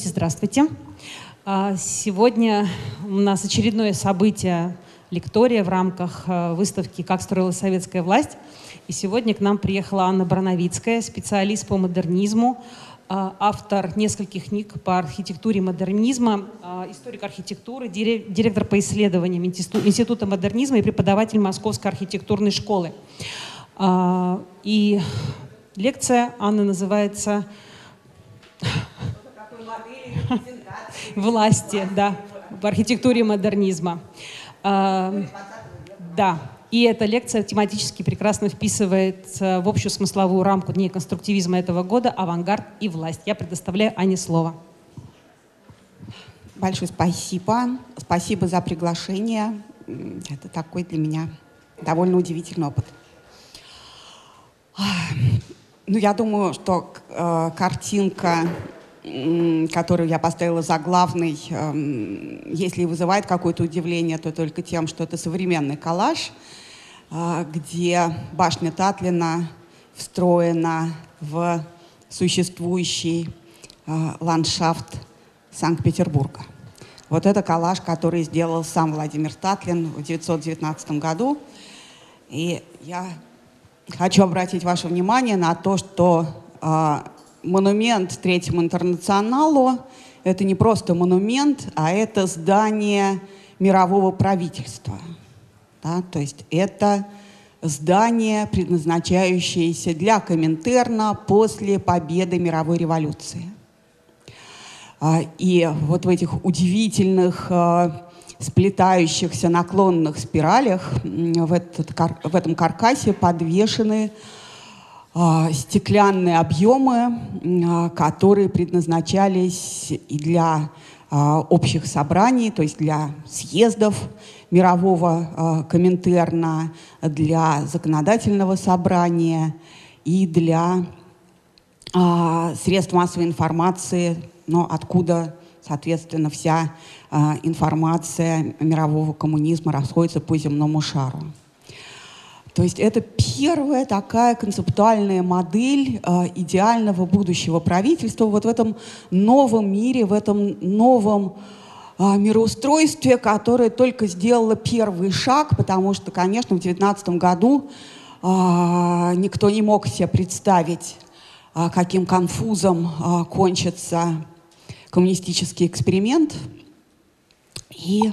Здравствуйте. Сегодня у нас очередное событие, лектория в рамках выставки «Как строилась советская власть». И сегодня к нам приехала Анна Барановицкая, специалист по модернизму, автор нескольких книг по архитектуре модернизма, историк архитектуры, директор по исследованиям Института модернизма и преподаватель Московской архитектурной школы. И лекция Анны называется «Власти, да, в архитектуре модернизма». Да, и эта лекция тематически прекрасно вписывается в общую смысловую рамку Дней конструктивизма этого года «Авангард и власть». Я предоставляю Ане слово. Большое спасибо. Спасибо за приглашение. Это такой для меня довольно удивительный опыт. Ну, я думаю, что картинка, которую я поставила за главной, если и вызывает какое-то удивление, то только тем, что это современный коллаж, где башня Татлина встроена в существующий ландшафт Санкт-Петербурга. Вот это коллаж, который сделал сам Владимир Татлин в 1919 году. И я хочу обратить ваше внимание на то, что монумент Третьему интернационалу – это не просто монумент, а это здание мирового правительства. Да? То есть это здание, предназначающееся для Коминтерна после победы мировой революции. И вот в этих удивительных сплетающихся наклонных спиралях в этом каркасе подвешены стеклянные объемы, которые предназначались и для общих собраний, то есть для съездов мирового Коминтерна, для законодательного собрания и для средств массовой информации, но откуда, соответственно, вся информация мирового коммунизма расходится по земному шару. То есть это первая такая концептуальная модель идеального будущего правительства вот в этом новом мире, в этом новом мироустройстве, которое только сделало первый шаг, потому что, конечно, в 19 году никто не мог себе представить, каким конфузом кончится коммунистический эксперимент. И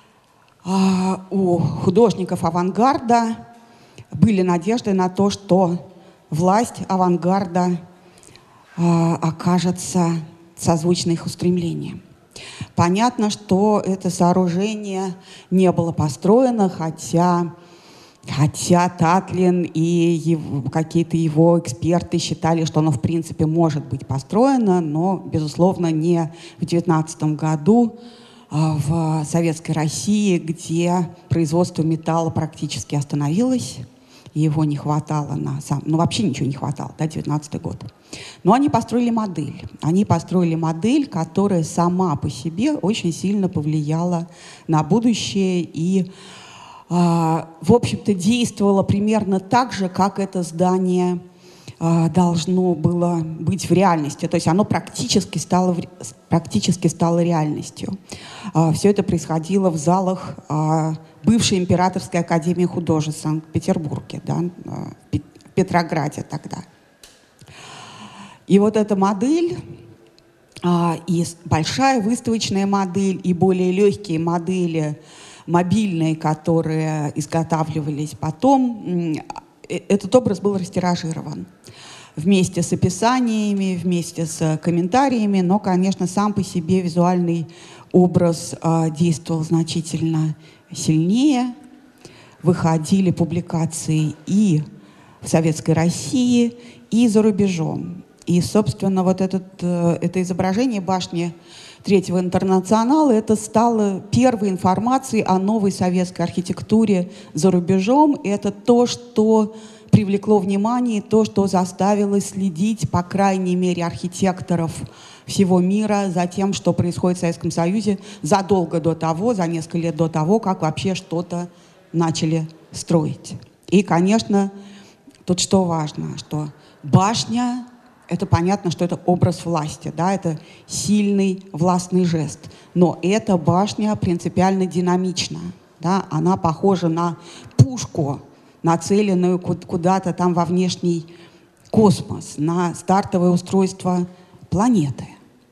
у художников авангарда были надежды на то, что власть авангарда окажется созвучной их устремлениям. Понятно, что это сооружение не было построено, хотя Татлин и какие-то его эксперты считали, что оно в принципе может быть построено, но, безусловно, не в 19 году в Советской России, где производство металла практически остановилось. Его не хватало вообще ничего не хватало, да, 19-й год. Но они построили модель. Они построили модель, которая сама по себе очень сильно повлияла на будущее и, в общем-то, действовала примерно так же, как это здание должно было быть в реальности. То есть оно практически стало реальностью. Все это происходило в залах бывшей Императорской академии художеств в Санкт-Петербурге, да, в Петрограде тогда. И вот эта модель, и большая выставочная модель, и более легкие модели, мобильные, которые изготавливались потом, этот образ был растиражирован вместе с описаниями, вместе с комментариями, но, конечно, сам по себе визуальный образ действовал значительно сильнее. Выходили публикации и в Советской России, и за рубежом. И, собственно, вот это изображение башни Третьего интернационала, это стало первой информацией о новой советской архитектуре за рубежом. Это то, что привлекло внимание, то, что заставило следить, по крайней мере, архитекторов всего мира за тем, что происходит в Советском Союзе задолго до того, за несколько лет до того, как вообще что-то начали строить. И, конечно, тут что важно, что башня это понятно, что это образ власти, да, это сильный властный жест. Но эта башня принципиально динамична, да, она похожа на пушку, нацеленную куда-то там во внешний космос, на стартовое устройство планеты.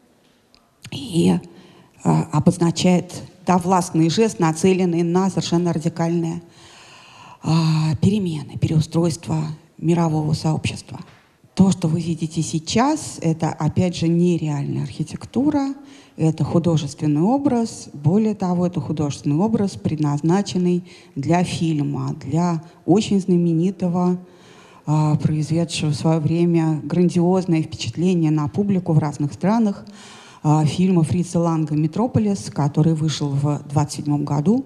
И обозначает, да, властный жест, нацеленный на совершенно радикальные перемены, переустройство мирового сообщества. То, что вы видите сейчас, это, опять же, нереальная архитектура, это художественный образ. Более того, это художественный образ, предназначенный для фильма, для очень знаменитого, произведшего в свое время грандиозное впечатление на публику в разных странах, фильма Фрица Ланга «Метрополис», который вышел в 1927 году.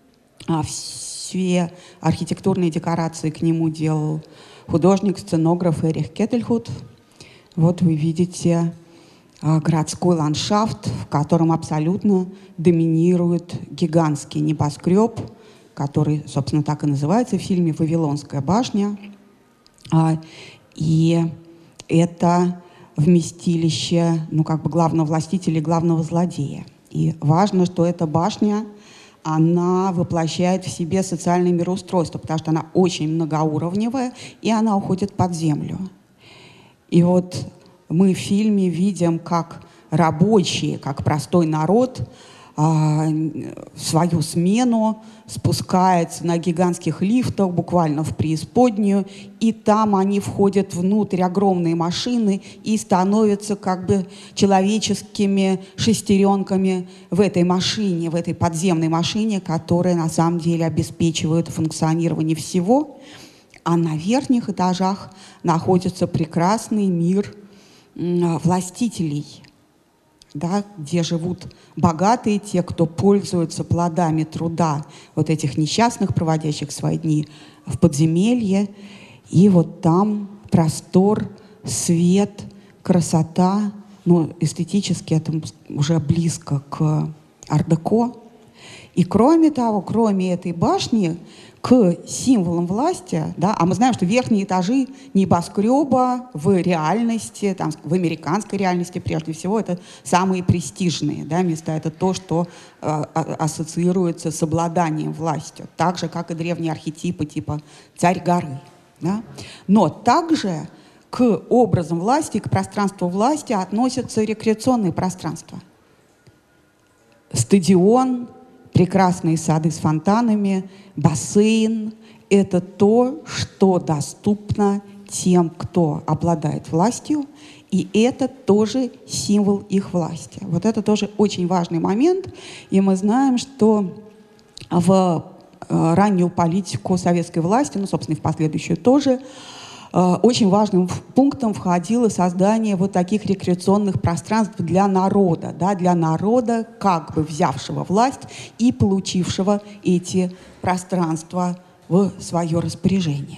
Все архитектурные декорации к нему делал художник, сценограф Эрих Кетельхут. Вот вы видите городской ландшафт, в котором абсолютно доминирует гигантский небоскреб, который, собственно, так и называется в фильме «Вавилонская башня». И это вместилище, ну, как бы главного властителя и главного злодея. И важно, что эта башня, она воплощает в себе социальное мироустройство, потому что она очень многоуровневая, и она уходит под землю. И вот мы в фильме видим, как рабочие, как простой народ в свою смену спускается на гигантских лифтах, буквально в преисподнюю, и там они входят внутрь огромные машины и становятся как бы человеческими шестеренками в этой машине, в этой подземной машине, которая на самом деле обеспечивает функционирование всего. А на верхних этажах находится прекрасный мир властителей, да, где живут богатые, те, кто пользуются плодами труда вот этих несчастных, проводящих свои дни в подземелье. И вот там простор, свет, красота, ну, эстетически это уже близко к ар-деко. И кроме того, кроме этой башни, к символам власти, да, а мы знаем, что верхние этажи небоскреба в реальности, там, в американской реальности прежде всего, это самые престижные, да, места, это то, что ассоциируется с обладанием властью, так же, как и древние архетипы типа «Царь горы». Да? Но также к образам власти, к пространству власти относятся рекреационные пространства. Стадион, прекрасные сады с фонтанами, бассейн – это то, что доступно тем, кто обладает властью, и это тоже символ их власти. Вот это тоже очень важный момент, и мы знаем, что в раннюю политику советской власти, ну, собственно, и в последующую тоже, очень важным пунктом входило создание вот таких рекреационных пространств для народа, да, для народа, как бы взявшего власть и получившего эти пространства в свое распоряжение.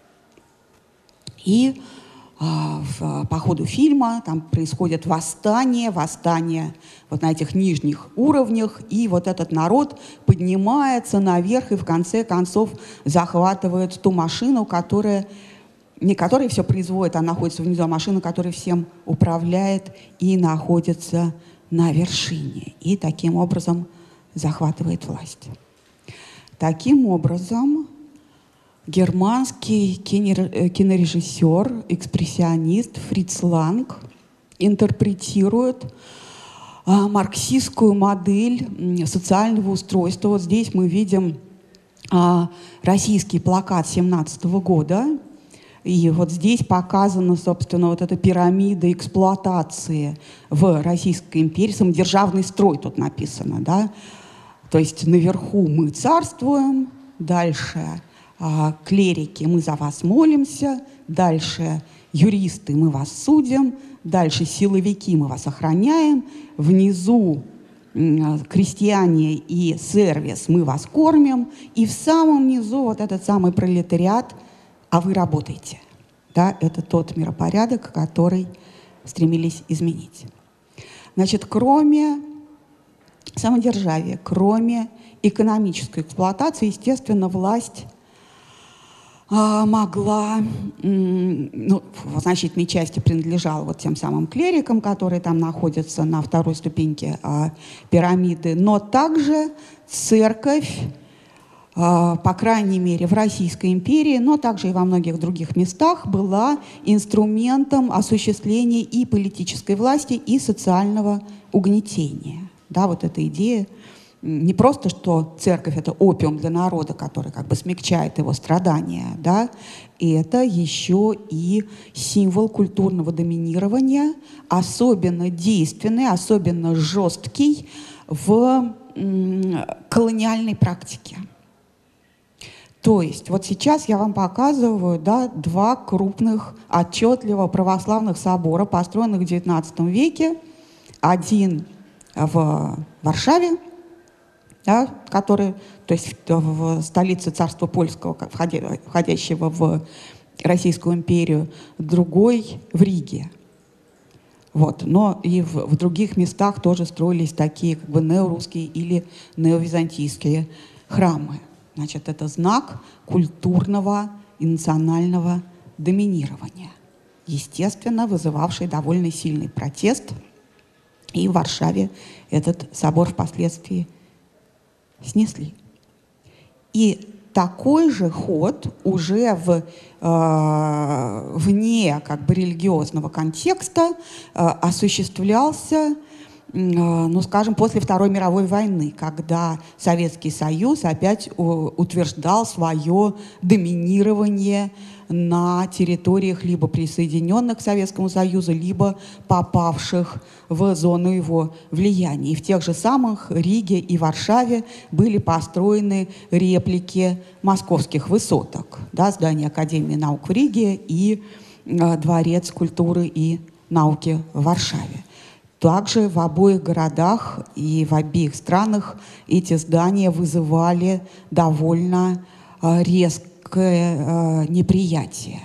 И по ходу фильма там происходит восстание вот на этих нижних уровнях, и вот этот народ поднимается наверх и в конце концов захватывает ту машину, не которая все производит, а находится внизу, а машина, которая всем управляет и находится на вершине. И таким образом захватывает власть. Таким образом, германский кинорежиссер, экспрессионист Фриц Ланг интерпретирует марксистскую модель социального устройства. Вот здесь мы видим российский плакат 1917 года. И вот здесь показана, собственно, вот эта пирамида эксплуатации в Российской империи, самодержавный строй тут написано, да. То есть наверху мы царствуем, дальше клерики, мы за вас молимся, дальше юристы, мы вас судим, дальше силовики, мы вас охраняем, внизу крестьяне и сервис, мы вас кормим, и в самом низу вот этот самый пролетариат, а вы работаете. Да, это тот миропорядок, который стремились изменить. Значит, кроме самодержавия, кроме экономической эксплуатации, естественно, власть могла, ну, в значительной части принадлежала вот тем самым клирикам, которые там находятся на второй ступеньке пирамиды, но также церковь, по крайней мере, в Российской империи, но также и во многих других местах, была инструментом осуществления и политической власти, и социального угнетения. Да, вот эта идея не просто, что церковь – это опиум для народа, который как бы смягчает его страдания, да, и это еще и символ культурного доминирования, особенно действенный, особенно жесткий в колониальной практике. То есть вот сейчас я вам показываю, да, два крупных, отчетливо православных собора, построенных в XIX веке. Один в Варшаве, да, который, то есть в столице царства польского, входящего в Российскую империю, другой в Риге. Вот. Но и в других местах тоже строились такие как бы неорусские или неовизантийские храмы. Значит, это знак культурного и национального доминирования, естественно, вызывавший довольно сильный протест. И в Варшаве этот собор впоследствии снесли. И такой же ход уже вне как бы религиозного контекста осуществлялся, ну, скажем, после Второй мировой войны, когда Советский Союз опять утверждал свое доминирование на территориях, либо присоединенных к Советскому Союзу, либо попавших в зону его влияния. И в тех же самых Риге и Варшаве были построены реплики московских высоток, да, здание Академии наук в Риге и Дворец культуры и науки в Варшаве. Также в обоих городах и в обеих странах эти здания вызывали довольно резкое неприятие.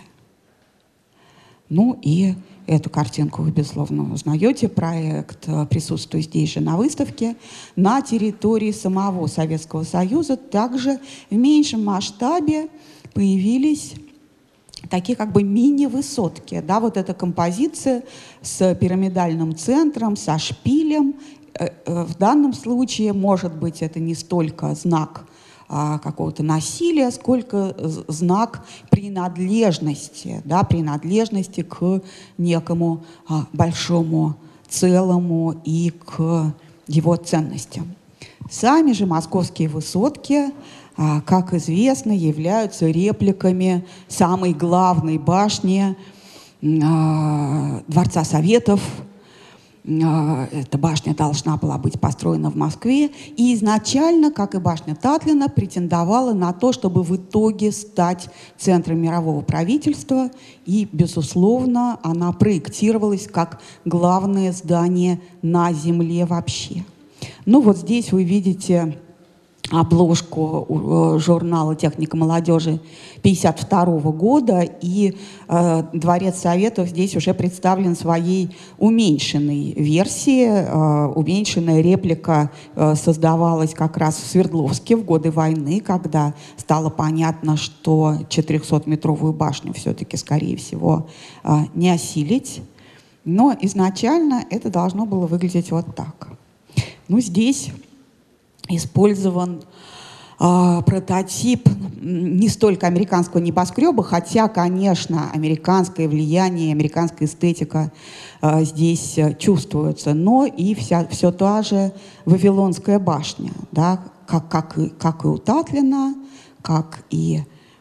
Ну и эту картинку вы, безусловно, узнаете. Проект присутствует здесь же на выставке. На территории самого Советского Союза также в меньшем масштабе появились такие как бы мини-высотки. Да, вот эта композиция с пирамидальным центром, со шпилем. В данном случае, может быть, это не столько знак какого-то насилия, сколько знак принадлежности, да, принадлежности к некому большому целому и к его ценностям. Сами же московские высотки, как известно, являются репликами самой главной башни Дворца Советов. Эта башня должна была быть построена в Москве. И изначально, как и башня Татлина, претендовала на то, чтобы в итоге стать центром мирового правительства. И, безусловно, она проектировалась как главное здание на Земле вообще. Ну вот здесь вы видите обложку журнала «Техника молодежи» 1952 года, и Дворец Советов здесь уже представлен в своей уменьшенной версии. Уменьшенная реплика создавалась как раз в Свердловске в годы войны, когда стало понятно, что 400-метровую башню все-таки, скорее всего, не осилить. Но изначально это должно было выглядеть вот так. Ну, здесь использован прототип не столько американского небоскреба, хотя, конечно, американское влияние, американская эстетика здесь чувствуется, но и все та же Вавилонская башня, да, как и у Татлина, как и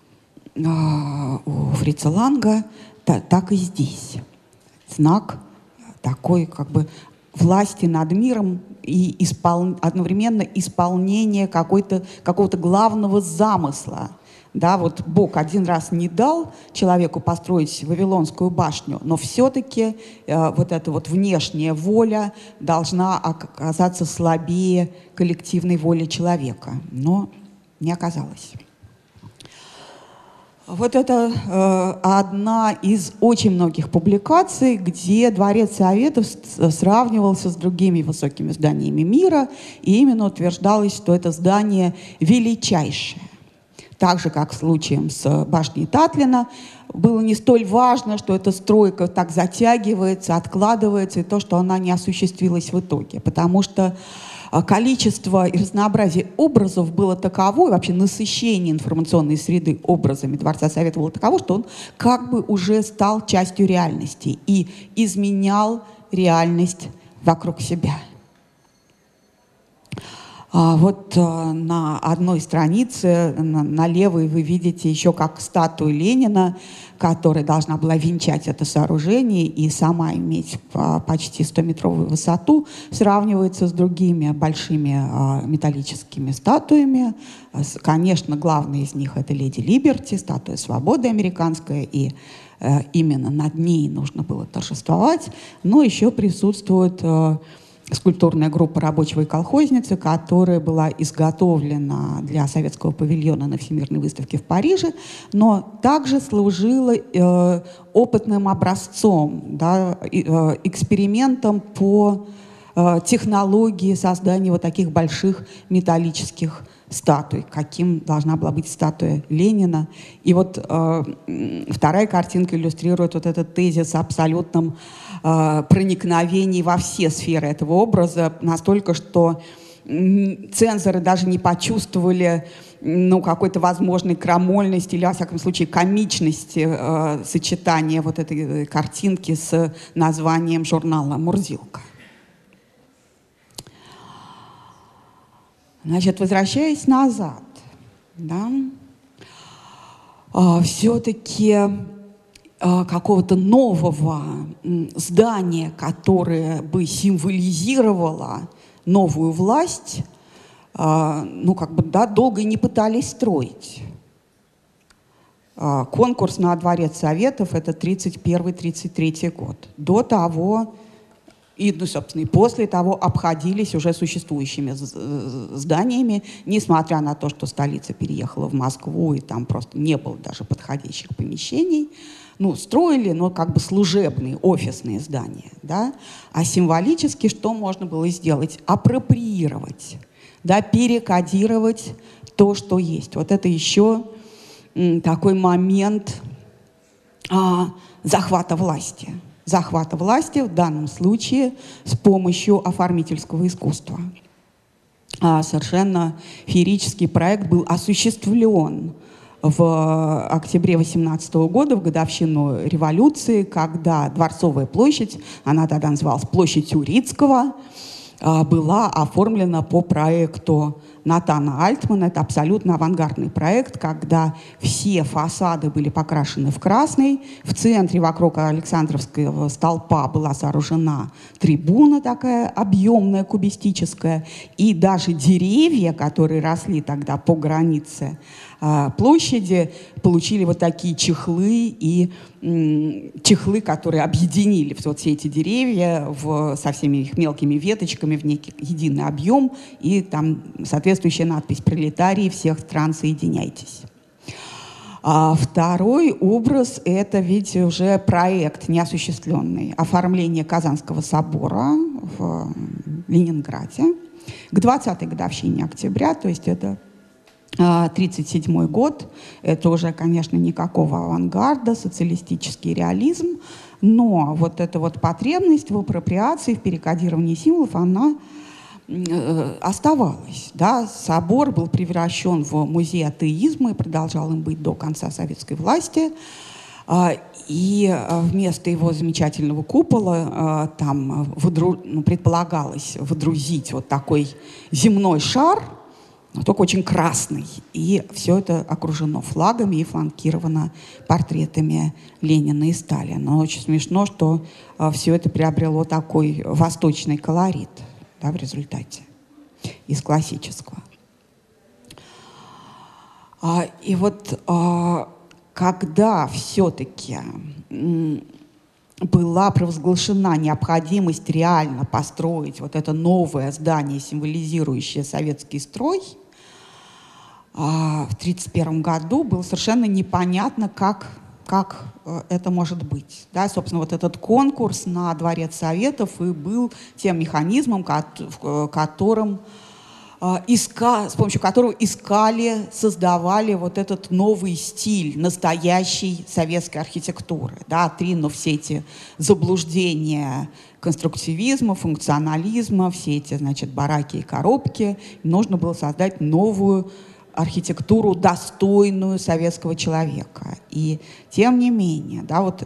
у Фрица Ланга, так и здесь. Знак такой как бы власти над миром и одновременно исполнение какого-то главного замысла. Да, вот Бог один раз не дал человеку построить Вавилонскую башню, но все-таки вот эта вот внешняя воля должна оказаться слабее коллективной воли человека. Но не оказалось. Вот это одна из очень многих публикаций, где Дворец Советов сравнивался с другими высокими зданиями мира, и именно утверждалось, что это здание величайшее. так же, как в случае с башней Татлина, было не столь важно, что эта стройка так затягивается, откладывается, и то, что она не осуществилась в итоге. Потому что количество и разнообразие образов было таково, и вообще насыщение информационной среды образами Дворца Советов было таково, что он как бы уже стал частью реальности и изменял реальность вокруг себя. Вот на одной странице, на левой, вы видите еще как статую Ленина, которая должна была венчать это сооружение и сама иметь почти 100-метровую высоту, сравнивается с другими большими металлическими статуями. Конечно, главная из них — это «Леди Либерти», статуя свободы американская, и именно над ней нужно было торжествовать. Но еще присутствует скульптурная группа «Рабочего и колхозницы», которая была изготовлена для советского павильона на Всемирной выставке в Париже, но также служила опытным образцом, да, экспериментом по технологии создания вот таких больших металлических статуй, каким должна была быть статуя Ленина. И вот вторая картинка иллюстрирует вот этот тезис о абсолютном проникновении во все сферы этого образа, настолько, что цензоры даже не почувствовали какой-то возможной крамольности или, во всяком случае, комичности сочетания вот этой картинки с названием журнала «Мурзилка». Значит, возвращаясь назад, да, все-таки какого-то нового здания, которое бы символизировало новую власть, долго и не пытались строить. Конкурс на Дворец Советов — это 1931-1933 год. До того и, собственно, и после того обходились уже существующими зданиями, несмотря на то, что столица переехала в Москву, и там просто не было даже подходящих помещений. Строили, но как бы служебные, офисные здания. Да? А символически что можно было сделать? Апроприировать, да, перекодировать то, что есть. Вот это еще такой момент захвата власти. Захвата власти в данном случае с помощью оформительского искусства. Совершенно феерический проект был осуществлен в октябре 18 года, в годовщину революции, когда Дворцовая площадь, она тогда называлась площадь Урицкого, была оформлена по проекту Натана Альтмана. Это абсолютно авангардный проект, когда все фасады были покрашены в красный. В центре вокруг Александровского столпа была сооружена трибуна такая объемная, кубистическая. И даже деревья, которые росли тогда по границе площади, получили вот такие чехлы, и чехлы, которые объединили вот все эти деревья со всеми их мелкими веточками в некий единый объем, и там соответствующая надпись «Пролетарии всех стран, соединяйтесь». Второй образ – это ведь уже проект неосуществленный, оформление Казанского собора в Ленинграде к 20-й годовщине октября, то есть это 1937 год. Это уже, конечно, никакого авангарда, социалистический реализм, но вот эта вот потребность в апроприации, в перекодировании символов, она оставалась. Да? Собор был превращен в музей атеизма и продолжал им быть до конца советской власти. И вместо его замечательного купола там предполагалось водрузить вот такой земной шар, только очень красный. И все это окружено флагами и фланкировано портретами Ленина и Сталина. Но очень смешно, что все это приобрело такой восточный колорит, да, в результате из классического. И вот когда все-таки была провозглашена необходимость реально построить вот это новое здание, символизирующее советский строй, в 1931 году было совершенно непонятно, как это может быть. Да, собственно, вот этот конкурс на Дворец Советов и был тем механизмом, в котором с помощью которого искали, создавали вот этот новый стиль настоящей советской архитектуры, да, отринув все эти заблуждения конструктивизма, функционализма, все эти, значит, бараки и коробки. Нужно было создать новую архитектуру, достойную советского человека. И тем не менее, да, вот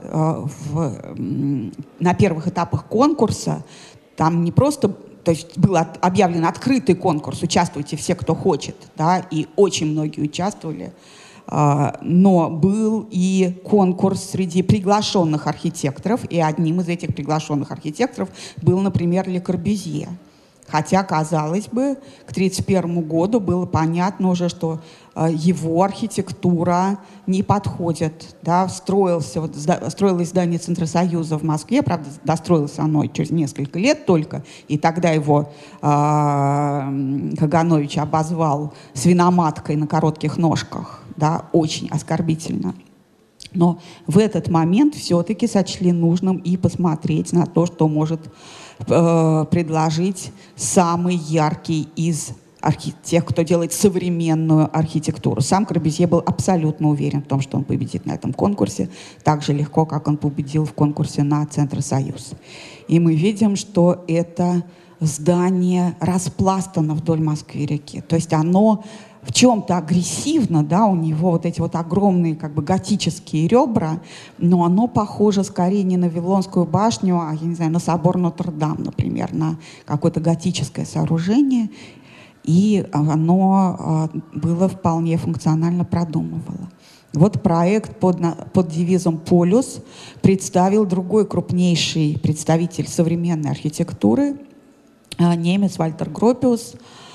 на первых этапах конкурса там не просто, то есть был объявлен открытый конкурс, участвуйте все, кто хочет, да, и очень многие участвовали, но был и конкурс среди приглашенных архитекторов, и одним из этих приглашенных архитекторов был, например, Ле Корбюзье. Хотя, казалось бы, к 1931 году было понятно уже, что его архитектура не подходит. Да, строилось здание Центросоюза в Москве, правда, достроилось оно через несколько лет только, и тогда его Каганович обозвал свиноматкой на коротких ножках, да, очень оскорбительно. Но в этот момент все-таки сочли нужным и посмотреть на то, что может предложить самый яркий из тех, кто делает современную архитектуру. Сам Корбюзье был абсолютно уверен в том, что он победит на этом конкурсе так же легко, как он победил в конкурсе на Центросоюз. И мы видим, что это здание распластано вдоль Москвы-реки. То есть оно в чем-то агрессивно, да, у него вот эти вот огромные как бы готические ребра, но оно похоже скорее не на Вавилонскую башню, а, я не знаю, на собор Нотр-Дам, например, на какое-то готическое сооружение, и оно было вполне функционально продумывало. Вот проект под девизом «Полюс» представил другой крупнейший представитель современной архитектуры, немец Вальтер Гропиус,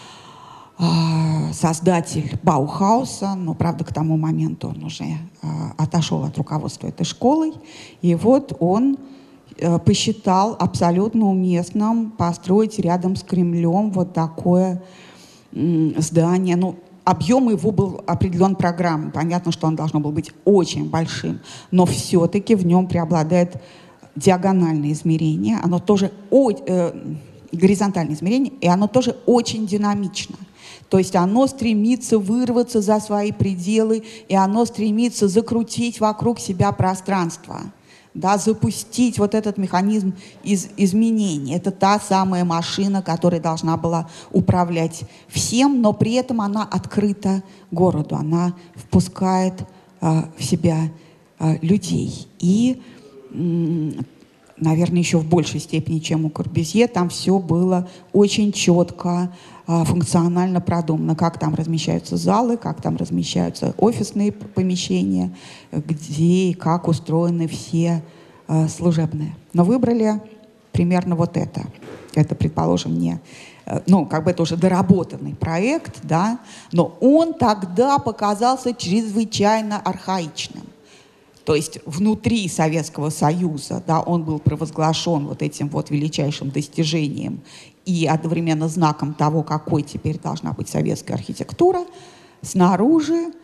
создатель Баухауса, но, правда, к тому моменту он уже отошел от руководства этой школой. И вот он посчитал абсолютно уместным построить рядом с Кремлем вот такое здание. Ну, объем его был определен программой. Понятно, что он должно было быть очень большим, но все-таки в нем преобладает диагональное измерение, оно тоже горизонтальное измерение, и оно тоже очень динамично. То есть оно стремится вырваться за свои пределы, и оно стремится закрутить вокруг себя пространство, да, запустить вот этот механизм изменений. Это та самая машина, которая должна была управлять всем, но при этом она открыта городу, она впускает в себя людей. И, наверное, еще в большей степени, чем у Корбюзье, там все было очень четко, функционально продумано, как там размещаются залы, как там размещаются офисные помещения, где и как устроены все служебные. Но выбрали примерно вот это. Это, предположим, не... Ну, как бы это уже доработанный проект, да, но он тогда показался чрезвычайно архаичным. То есть внутри Советского Союза, да, он был провозглашен вот этим вот величайшим достижением и одновременно знаком того, какой теперь должна быть советская архитектура. Снаружи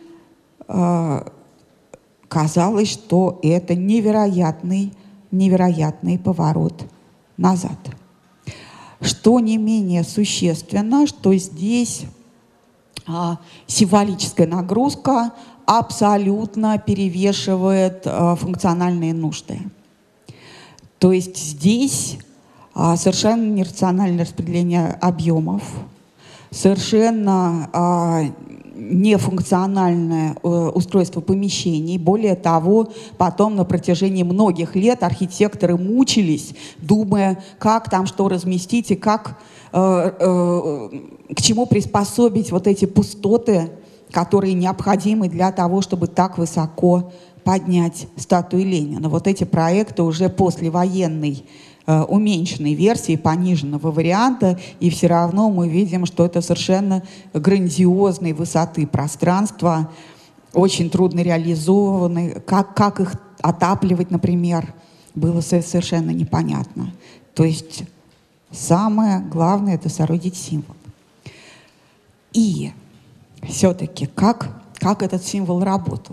казалось, что это невероятный поворот назад. Что не менее существенно, что здесь символическая нагрузка абсолютно перевешивает функциональные нужды. То есть здесь совершенно нерациональное распределение объемов, совершенно нефункциональное устройство помещений. Более того, потом на протяжении многих лет архитекторы мучились, думая, как там что разместить и как, к чему приспособить вот эти пустоты, которые необходимы для того, чтобы так высоко поднять статую Ленина. Вот эти проекты уже послевоенной уменьшенной версии, пониженного варианта, и все равно мы видим, что это совершенно грандиозной высоты пространства, очень трудно реализованы. Как их отапливать, например, было совершенно непонятно. То есть самое главное – это соорудить символ. И все-таки как этот символ работал?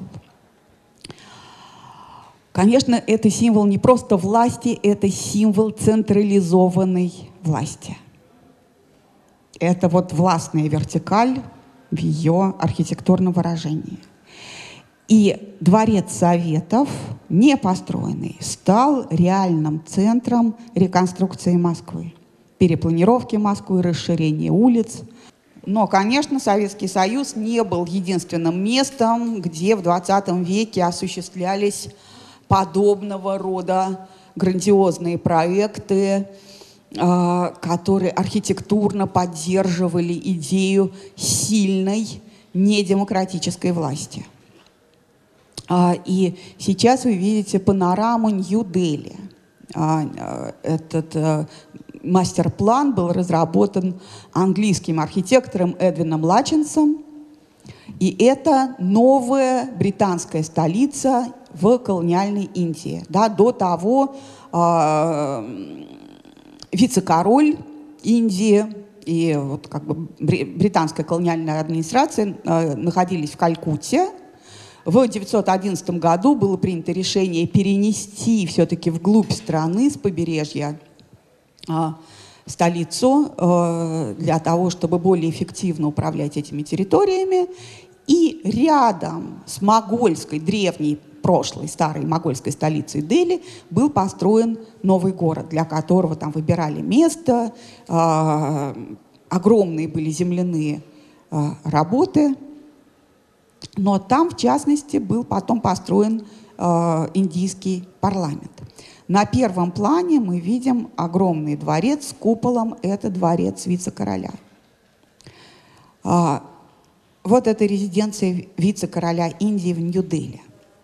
Конечно, это символ не просто власти, это символ централизованной власти. Это вот властная вертикаль в ее архитектурном выражении. И Дворец Советов, не построенный, стал реальным центром реконструкции Москвы, перепланировки Москвы, расширения улиц. Но, конечно, Советский Союз не был единственным местом, где в 20 веке осуществлялись подобного рода грандиозные проекты, которые архитектурно поддерживали идею сильной недемократической власти. И сейчас вы видите панораму Нью-Дели. Этот мастер-план был разработан английским архитектором Эдвином Латчинсом. И это новая британская столица в колониальной Индии. Да, до того вице-король Индии и вот как бы британская колониальная администрация находились в Калькутте. В 1911 году было принято решение перенести все-таки вглубь страны с побережья столицу для того, чтобы более эффективно управлять этими территориями. И рядом с могольской, древней, прошлой, старой могольской столицей Дели был построен новый город, для которого там выбирали место, огромные были земляные работы. Но там, в частности, был потом построен индийский парламент. На первом плане мы видим огромный дворец с куполом. Это дворец вице-короля. Вот это резиденция вице-короля Индии в Нью-Дели.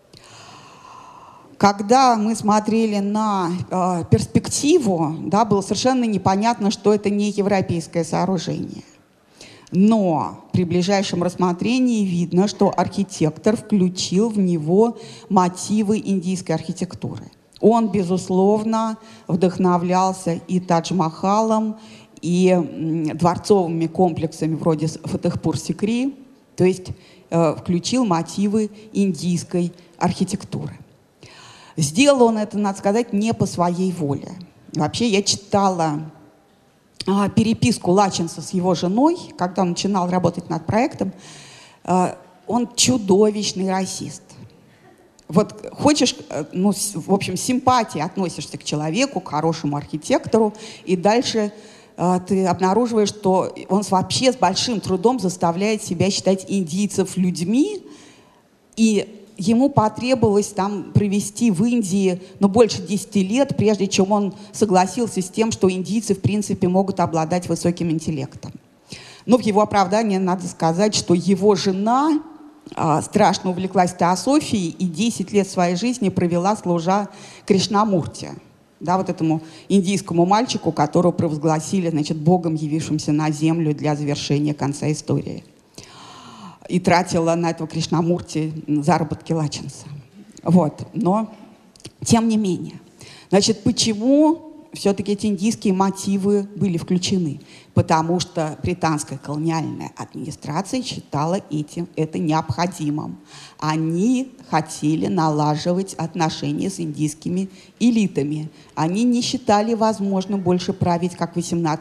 Когда мы смотрели на перспективу, да, было совершенно непонятно, что это не европейское сооружение. Но при ближайшем рассмотрении видно, что архитектор включил в него мотивы индийской архитектуры. Он, безусловно, вдохновлялся и Тадж-Махалом, и дворцовыми комплексами вроде Фатехпур-Сикри, то есть включил мотивы индийской архитектуры. Сделал он это, надо сказать, не по своей воле. Вообще, я читала переписку Латчинса с его женой, когда он начинал работать над проектом. Он чудовищный расист. Вот хочешь, ну, в общем, с симпатией относишься к человеку, к хорошему архитектору, и дальше ты обнаруживаешь, что он вообще с большим трудом заставляет себя считать индийцев людьми, и ему потребовалось там провести в Индии больше 10 лет, прежде чем он согласился с тем, что индийцы, в принципе, могут обладать высоким интеллектом. Но в его оправдании надо сказать, что его жена страшно увлеклась теософией и 10 лет своей жизни провела, служа Кришнамурти, да, вот этому индийскому мальчику, которого провозгласили, значит, Богом, явившимся на землю для завершения конца истории. И тратила на этого Кришнамурти заработки Латчинса. Вот. Но, тем не менее. Значит, почему все-таки эти индийские мотивы были включены? Потому что британская колониальная администрация считала это необходимым. Они хотели налаживать отношения с индийскими элитами. Они не считали возможным больше править, как в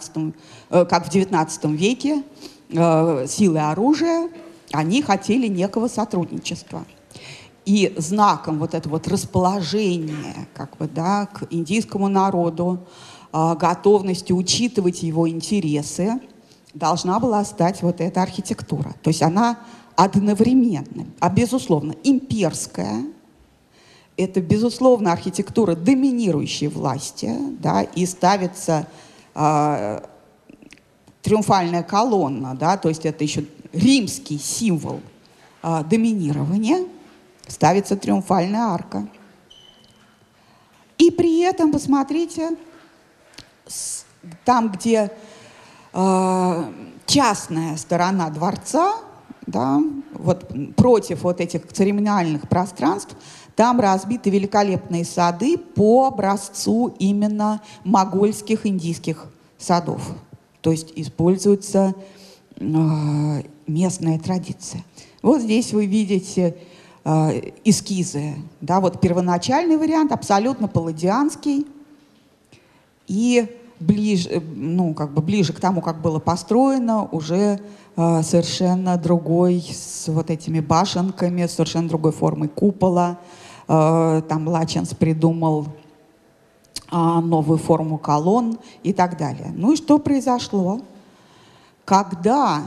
XIX веке, силой оружия. Они хотели некого сотрудничества. И знаком вот этого вот расположения как бы, да, к индийскому народу, готовности учитывать его интересы, должна была стать вот эта архитектура. То есть она одновременно, безусловно, имперская, это, безусловно, архитектура доминирующей власти, да, и ставится триумфальная колонна, да, то есть это еще римский символ доминирования, ставится триумфальная арка. И при этом, посмотрите, там, где частная сторона дворца, да, вот против вот этих церемониальных пространств, там разбиты великолепные сады по образцу именно могольских индийских садов. То есть используется местная традиция. Вот здесь вы видите эскизы. Да, вот первоначальный вариант, абсолютно палладианский. И ближе, ну, как бы ближе к тому, как было построено, уже совершенно другой, с вот этими башенками, совершенно другой формой купола. Там Лачинс придумал новую форму колонн и так далее. Ну и что произошло? Когда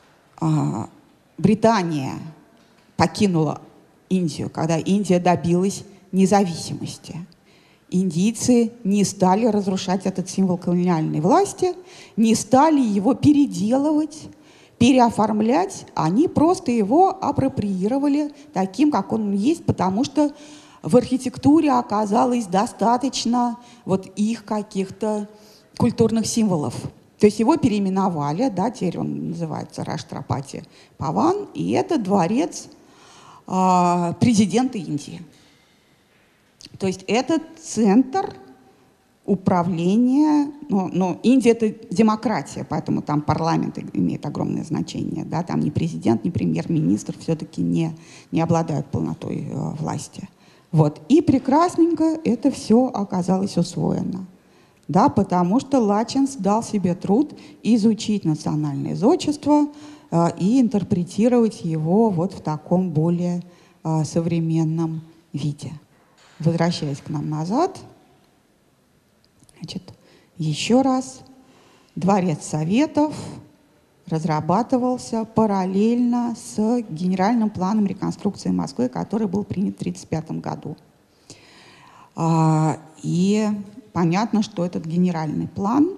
Британия покинула Индию, когда Индия добилась независимости, индийцы не стали разрушать этот символ колониальной власти, не стали его переделывать, переоформлять, они просто его апроприировали таким, как он есть, потому что в архитектуре оказалось достаточно вот их каких-то культурных символов. То есть его переименовали, да, теперь он называется Раштрапати Бхаван, и это дворец президента Индии. То есть это центр управления, ну, Индия — это демократия, поэтому там парламент имеет огромное значение, да, там ни президент, ни премьер-министр все-таки не обладают полнотой власти. Вот. И прекрасненько это все оказалось усвоено. Да, потому что Лачинс дал себе труд изучить национальное зодчество и интерпретировать его вот в таком более современном виде. Возвращаясь к нам назад, значит, еще раз, Дворец Советов разрабатывался параллельно с генеральным планом реконструкции Москвы, который был принят в 1935 году. И понятно, что этот генеральный план,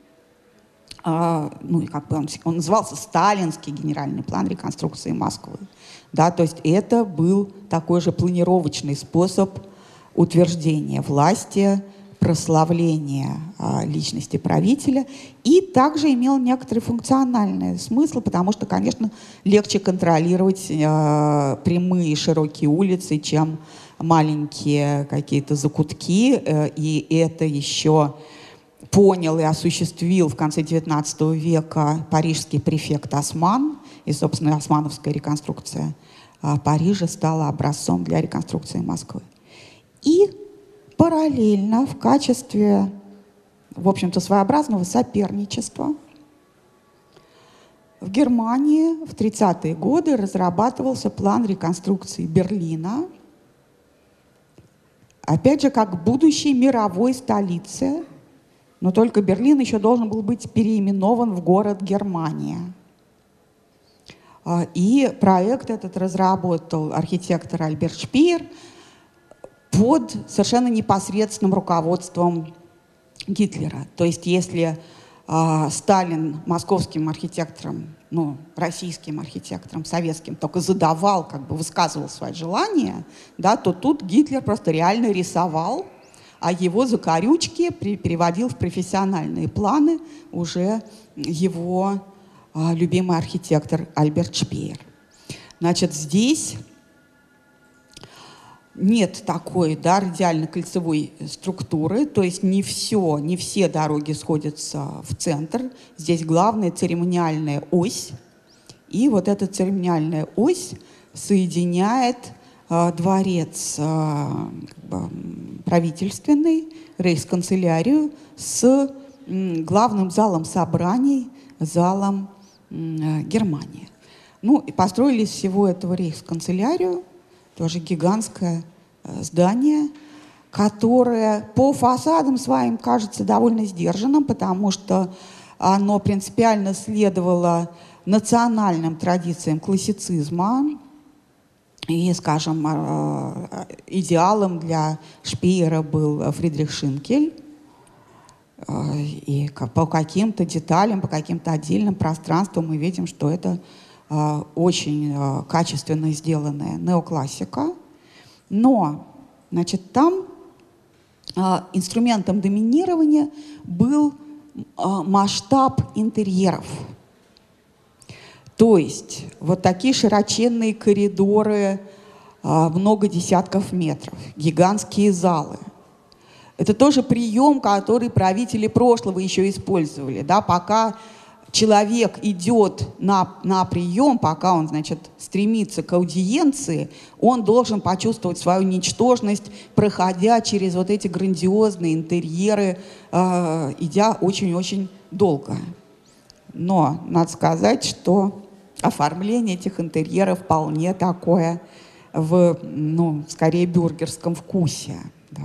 ну, и как бы он назывался «Сталинский генеральный план реконструкции Москвы». Да, то есть это был такой же планировочный способ утверждения власти, прославления личности правителя, и также имел некоторый функциональный смысл, потому что, конечно, легче контролировать прямые широкие улицы, чем маленькие какие-то закутки, и это еще понял и осуществил в конце XIX века парижский префект Осман, и, собственно, османовская реконструкция Парижа стала образцом для реконструкции Москвы. И параллельно в качестве, в общем-то, своеобразного соперничества в Германии в 30-е годы разрабатывался план реконструкции Берлина, опять же, как будущей мировой столицы, но только Берлин еще должен был быть переименован в город Германия. И проект этот разработал архитектор Альберт Шпеер под совершенно непосредственным руководством Гитлера. То есть если Сталин московским архитекторам, ну, российским архитекторам, советским только задавал, как бы высказывал свои желания, да, то тут Гитлер просто реально рисовал, а его закорючки переводил в профессиональные планы уже его любимый архитектор Альберт Шпеер. Значит, здесь нет такой, да, радиально-кольцевой структуры, то есть не все дороги сходятся в центр. Здесь главная церемониальная ось. И вот эта церемониальная ось соединяет дворец правительственный, рейхсканцелярию, с главным залом собраний, залом Германии. Ну, и построили из всего этого рейхсканцелярию, тоже гигантское здание, которое по фасадам своим кажется довольно сдержанным, потому что оно принципиально следовало национальным традициям классицизма. И, скажем, идеалом для Шпеера был Фридрих Шинкель. И по каким-то деталям, по каким-то отдельным пространствам мы видим, что это очень качественно сделанная неоклассика. Но, значит, там инструментом доминирования был масштаб интерьеров. То есть вот такие широченные коридоры, много десятков метров, гигантские залы. Это тоже прием, который правители прошлого еще использовали. Да, пока человек идет на прием, пока он, значит, стремится к аудиенции, он должен почувствовать свою ничтожность, проходя через вот эти грандиозные интерьеры, идя очень-очень долго. Но надо сказать, что оформление этих интерьеров вполне такое в, скорее, бюргерском вкусе. Да.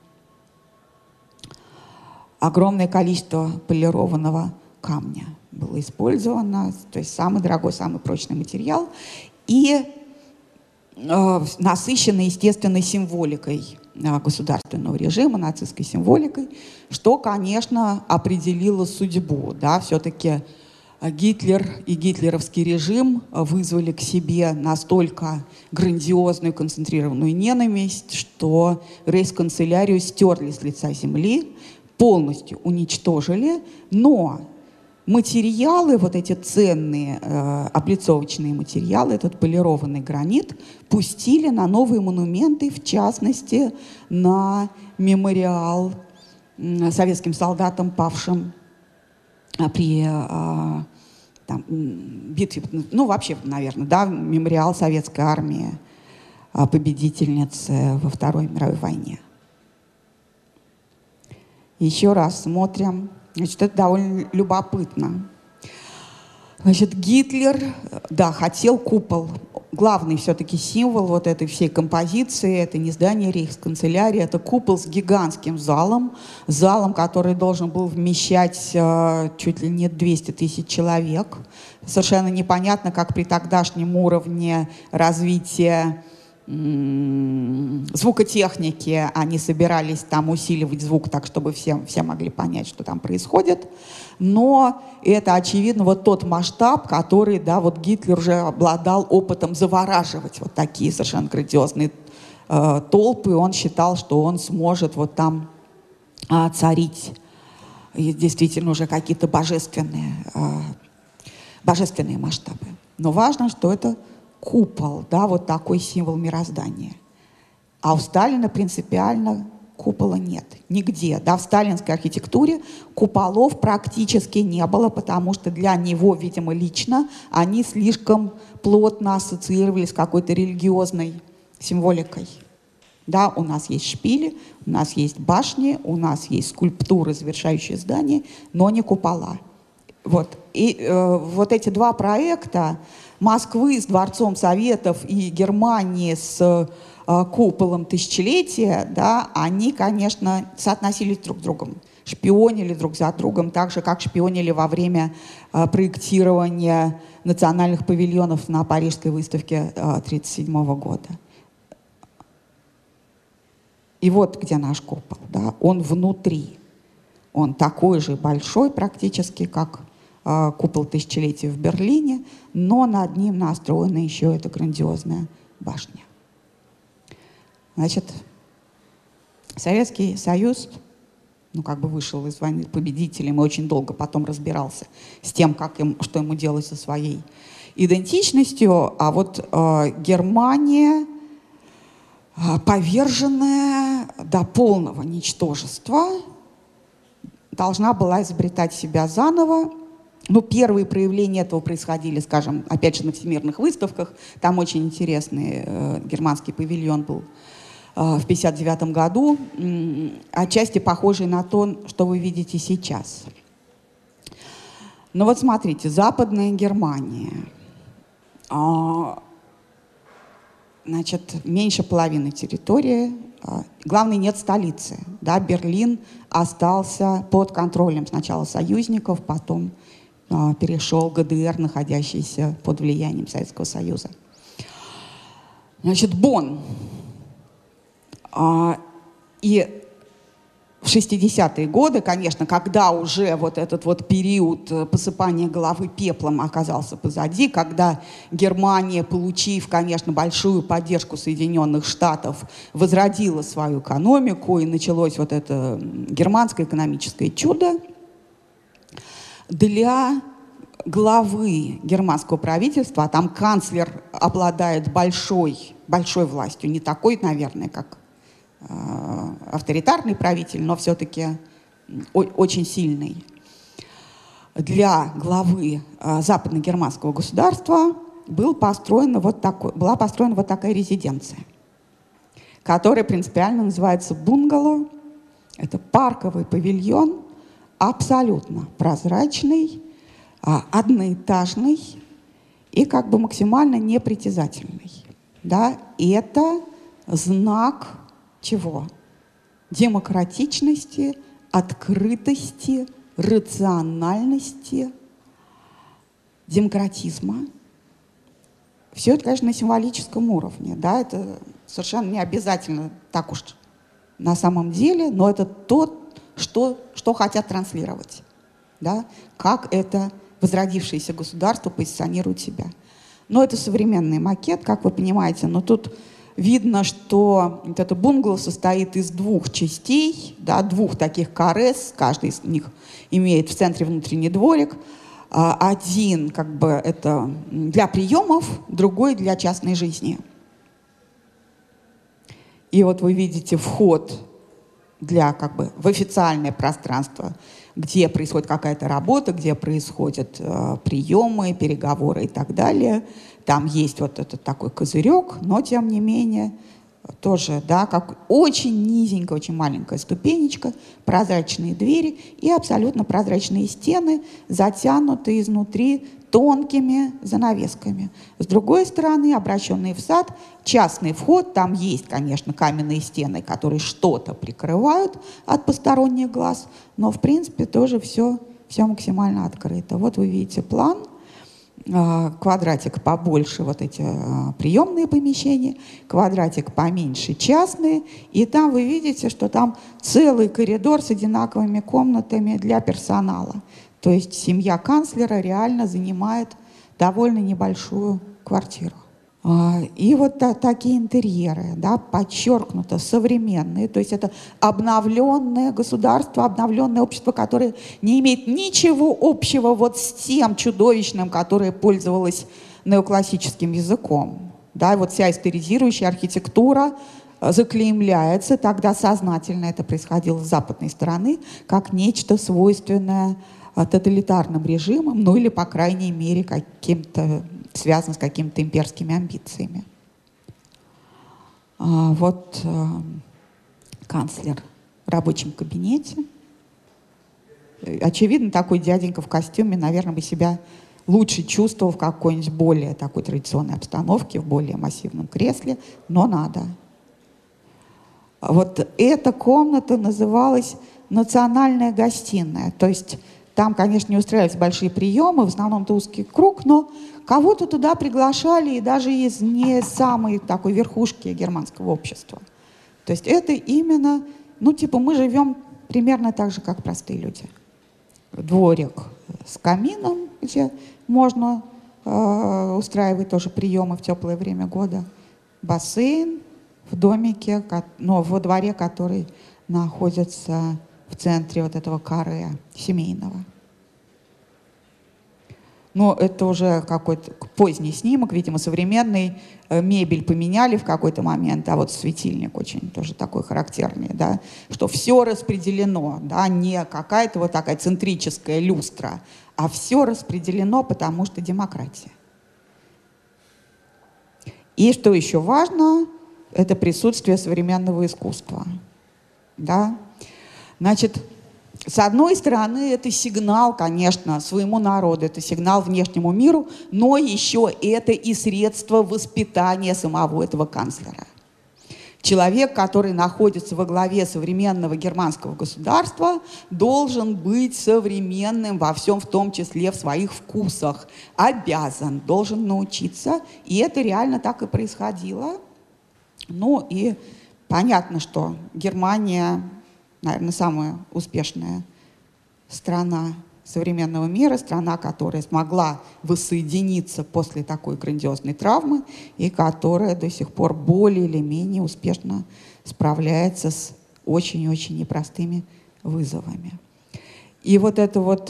Огромное количество полированного камня было использовано, то есть самый дорогой, самый прочный материал, и насыщенной, естественной символикой государственного режима, нацистской символикой, что, конечно, определило судьбу. Да, все-таки Гитлер и гитлеровский режим вызвали к себе настолько грандиозную концентрированную ненависть, что рейхсканцелярию стерли с лица земли, полностью уничтожили, но материалы, вот эти ценные облицовочные материалы, этот полированный гранит, пустили на новые монументы, в частности, на мемориал советским солдатам, павшим при битве, вообще, наверное, да, мемориал советской армии, победительницы во Второй мировой войне. Еще раз смотрим. Значит, это довольно любопытно. Значит, Гитлер, да, хотел купол. Главный все-таки символ вот этой всей композиции — это не здание рейхсканцелярии, это купол с гигантским залом, который должен был вмещать чуть ли не 200 тысяч человек. Совершенно непонятно, как при тогдашнем уровне развития звукотехники они собирались там усиливать звук так, чтобы все могли понять, что там происходит. Но это, очевидно, вот тот масштаб, который, да, вот Гитлер уже обладал опытом завораживать вот такие совершенно грандиозные толпы. Он считал, что он сможет вот там царить. И действительно уже какие-то божественные масштабы. Но важно, что это купол, да, вот такой символ мироздания. А у Сталина принципиально купола нет. Нигде. Да, в сталинской архитектуре куполов практически не было, потому что для него, видимо, лично они слишком плотно ассоциировались с какой-то религиозной символикой. Да, у нас есть шпили, у нас есть башни, у нас есть скульптуры, завершающие здания, но не купола. Вот. И вот эти два проекта Москвы с Дворцом Советов и Германии с куполом тысячелетия, да, они, конечно, соотносились друг с другом, шпионили друг за другом, так же, как шпионили во время проектирования национальных павильонов на Парижской выставке 1937 года. И вот где наш купол, да, он внутри, он такой же большой практически, как купол тысячелетия в Берлине, но над ним настроена еще эта грандиозная башня. Значит, Советский Союз, вышел из войны победителем и очень долго потом разбирался с тем, что ему делать со своей идентичностью, а вот Германия, поверженная до полного ничтожества, должна была изобретать себя заново. Первые проявления этого происходили, скажем, опять же, на всемирных выставках. Там очень интересный германский павильон был в 1959 году, отчасти похожий на то, что вы видите сейчас. Но вот смотрите, Западная Германия. Значит, меньше половины территории. Главное, нет столицы. Да, Берлин остался под контролем сначала союзников, потом перешел ГДР, находящийся под влиянием Советского Союза. Значит, Бонн. И в 60-е годы, конечно, когда уже вот этот вот период посыпания головы пеплом оказался позади, когда Германия, получив, конечно, большую поддержку Соединенных Штатов, возродила свою экономику, и началось вот это германское экономическое чудо, для главы германского правительства, а там канцлер обладает большой властью, не такой, наверное, как авторитарный правитель, но все-таки очень сильный. для главы западногерманского государства была построена вот такая резиденция, которая принципиально называется бунгало. Это парковый павильон, абсолютно прозрачный, одноэтажный и как бы максимально непритязательный. Да? И это знак чего? Демократичности, открытости, рациональности, демократизма. Все это, конечно, на символическом уровне. Да? Это совершенно не обязательно так уж на самом деле, но это то, что хотят транслировать. Да? Как это возродившееся государство позиционирует себя. Но это современный макет, как вы понимаете, но тут видно, что вот это бунгало состоит из двух частей, да, двух таких каре, каждый из них имеет в центре внутренний дворик. Один как бы это для приемов, другой для частной жизни. И вот вы видите вход для как бы в официальное пространство, где происходит какая-то работа, где происходят приемы, переговоры и так далее. Там есть вот этот такой козырек, но тем не менее тоже, да, как очень низенькая, очень маленькая ступенечка, прозрачные двери и абсолютно прозрачные стены, затянутые изнутри тонкими занавесками. С другой стороны, обращенный в сад, частный вход, там есть, конечно, каменные стены, которые что-то прикрывают от посторонних глаз, но, в принципе, тоже все максимально открыто. Вот вы видите план. Квадратик побольше вот эти приемные помещения, квадратик поменьше частные, и там вы видите, что там целый коридор с одинаковыми комнатами для персонала. То есть семья канцлера реально занимает довольно небольшую квартиру. И вот такие интерьеры, да, подчеркнуто современные, то есть это обновленное государство, обновленное общество, которое не имеет ничего общего вот с тем чудовищным, которое пользовалось неоклассическим языком. Да, и вот вся историзирующая архитектура заклеймляется, тогда сознательно это происходило с западной стороны, как нечто свойственное тоталитарным режимам, ну или, по крайней мере, связано с какими-то имперскими амбициями. Вот канцлер в рабочем кабинете. Очевидно, такой дяденька в костюме, наверное, бы себя лучше чувствовал в какой-нибудь более такой традиционной обстановке, в более массивном кресле, но надо. Вот эта комната называлась «Национальная гостиная», то есть там, конечно, не устраивались большие приемы, в основном это узкий круг, но кого-то туда приглашали и даже из не самой такой верхушки германского общества. То есть это именно, ну типа мы живем примерно так же, как простые люди. Дворик с камином, где можно устраивать тоже приемы в теплое время года. Бассейн в домике, но во дворе, который находится в центре вот этого каре семейного. Но это уже какой-то поздний снимок, видимо, современный. Мебель поменяли в какой-то момент, а вот светильник очень тоже такой характерный, да, что все распределено, да, не какая-то вот такая центрическая люстра, а все распределено, потому что демократия. И что еще важно, это присутствие современного искусства, да. Значит, с одной стороны, это сигнал, конечно, своему народу, это сигнал внешнему миру, но еще это и средство воспитания самого этого канцлера. Человек, который находится во главе современного германского государства, должен быть современным во всем, в том числе в своих вкусах, обязан, должен научиться, и это реально так и происходило. Ну и понятно, что Германия, наверное, самая успешная страна современного мира, страна, которая смогла воссоединиться после такой грандиозной травмы и которая до сих пор более или менее успешно справляется с очень-очень непростыми вызовами. И вот это вот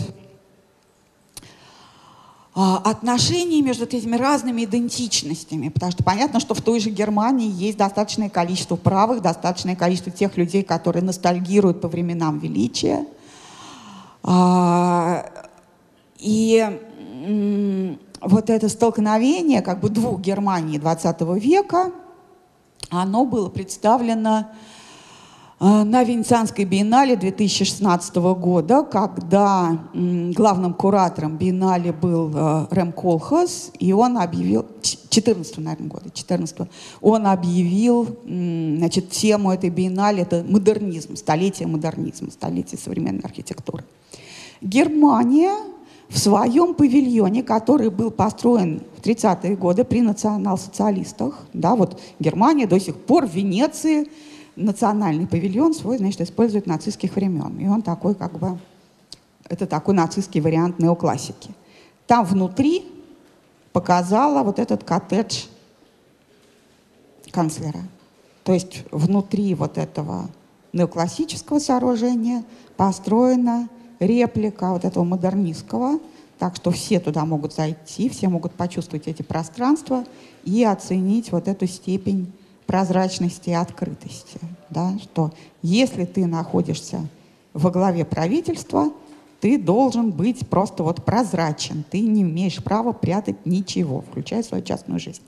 отношения между этими разными идентичностями, потому что понятно, что в той же Германии есть достаточное количество правых, достаточное количество тех людей, которые ностальгируют по временам величия. И вот это столкновение как бы двух Германий XX века, оно было представлено на Венецианской биеннале 2016 года, когда главным куратором биеннале был Рэм Колхас, и он объявил, 14 наверное, года, 14 он объявил, значит, тему этой биеннале, это модернизм, столетие современной архитектуры. Германия в своем павильоне, который был построен в 30-е годы при национал-социалистах, да, вот Германия до сих пор в Венеции национальный павильон свой, значит, использует нацистских времен. И он такой, как бы, это такой нацистский вариант неоклассики. Там внутри показала вот этот коттедж канцлера. То есть внутри вот этого неоклассического сооружения построена реплика вот этого модернистского, так что все туда могут зайти, все могут почувствовать эти пространства и оценить вот эту степень прозрачности и открытости. Да? Что если ты находишься во главе правительства, ты должен быть просто вот прозрачен. Ты не имеешь права прятать ничего, включая свою частную жизнь.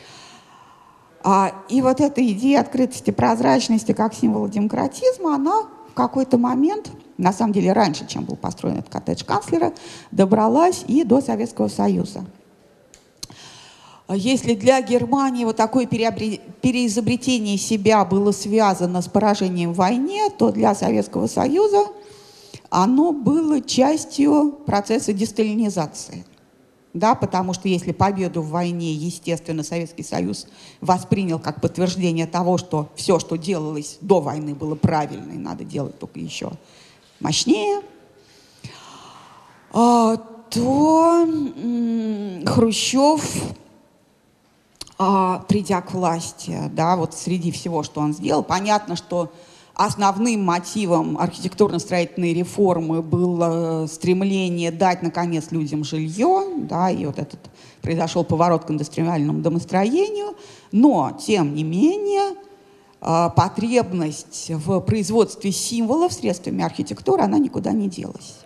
И вот эта идея открытости, прозрачности как символа демократизма, она в какой-то момент, на самом деле раньше, чем был построен этот коттедж канцлера, добралась и до Советского Союза. Если для Германии вот такое переизобретение себя было связано с поражением в войне, то для Советского Союза оно было частью процесса десталинизации. Да, потому что если победу в войне, естественно, Советский Союз воспринял как подтверждение того, что все, что делалось до войны, было правильно, и надо делать только еще мощнее, то Хрущев, придя к власти, да, вот среди всего, что он сделал, понятно, что основным мотивом архитектурно-строительной реформы было стремление дать, наконец, людям жилье, да, и вот этот произошел поворот к индустриальному домостроению, но, тем не менее, потребность в производстве символов средствами архитектуры, она никуда не делась.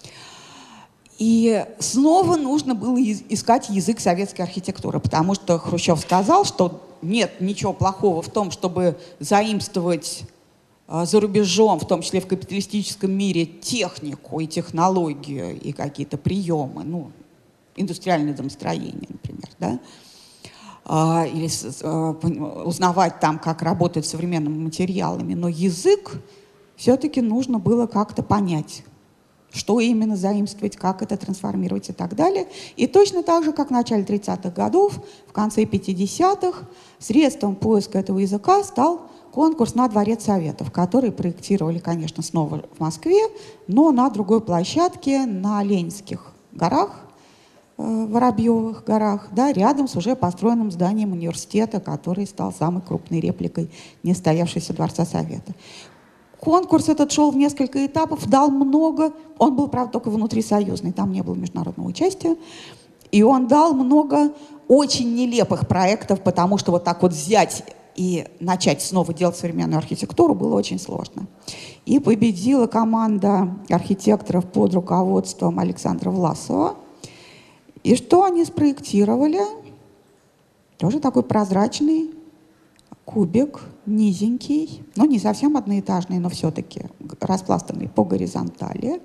И снова нужно было искать язык советской архитектуры, потому что Хрущев сказал, что нет ничего плохого в том, чтобы заимствовать за рубежом, в том числе в капиталистическом мире, технику и технологию и какие-то приемы, ну, индустриальное домостроение, например, да, или узнавать там, как работать с современными материалами. Но язык все-таки нужно было как-то понять, что именно заимствовать, как это трансформировать и так далее. И точно так же, как в начале 30-х годов, в конце 50-х, средством поиска этого языка стал конкурс на Дворец Советов, который проектировали, конечно, снова в Москве, но на другой площадке, на Ленинских горах, Воробьевых горах, да, рядом с уже построенным зданием университета, который стал самой крупной репликой нестоявшейся Дворца Совета. Конкурс этот шел в несколько этапов, дал много. Он был, правда, только внутрисоюзный, там не было международного участия. И он дал много очень нелепых проектов, потому что вот так вот взять и начать снова делать современную архитектуру было очень сложно. И победила команда архитекторов под руководством Александра Власова. И что они спроектировали? Тоже такой прозрачный кубик, низенький, ну не совсем одноэтажный, но все-таки распластанный по горизонтали,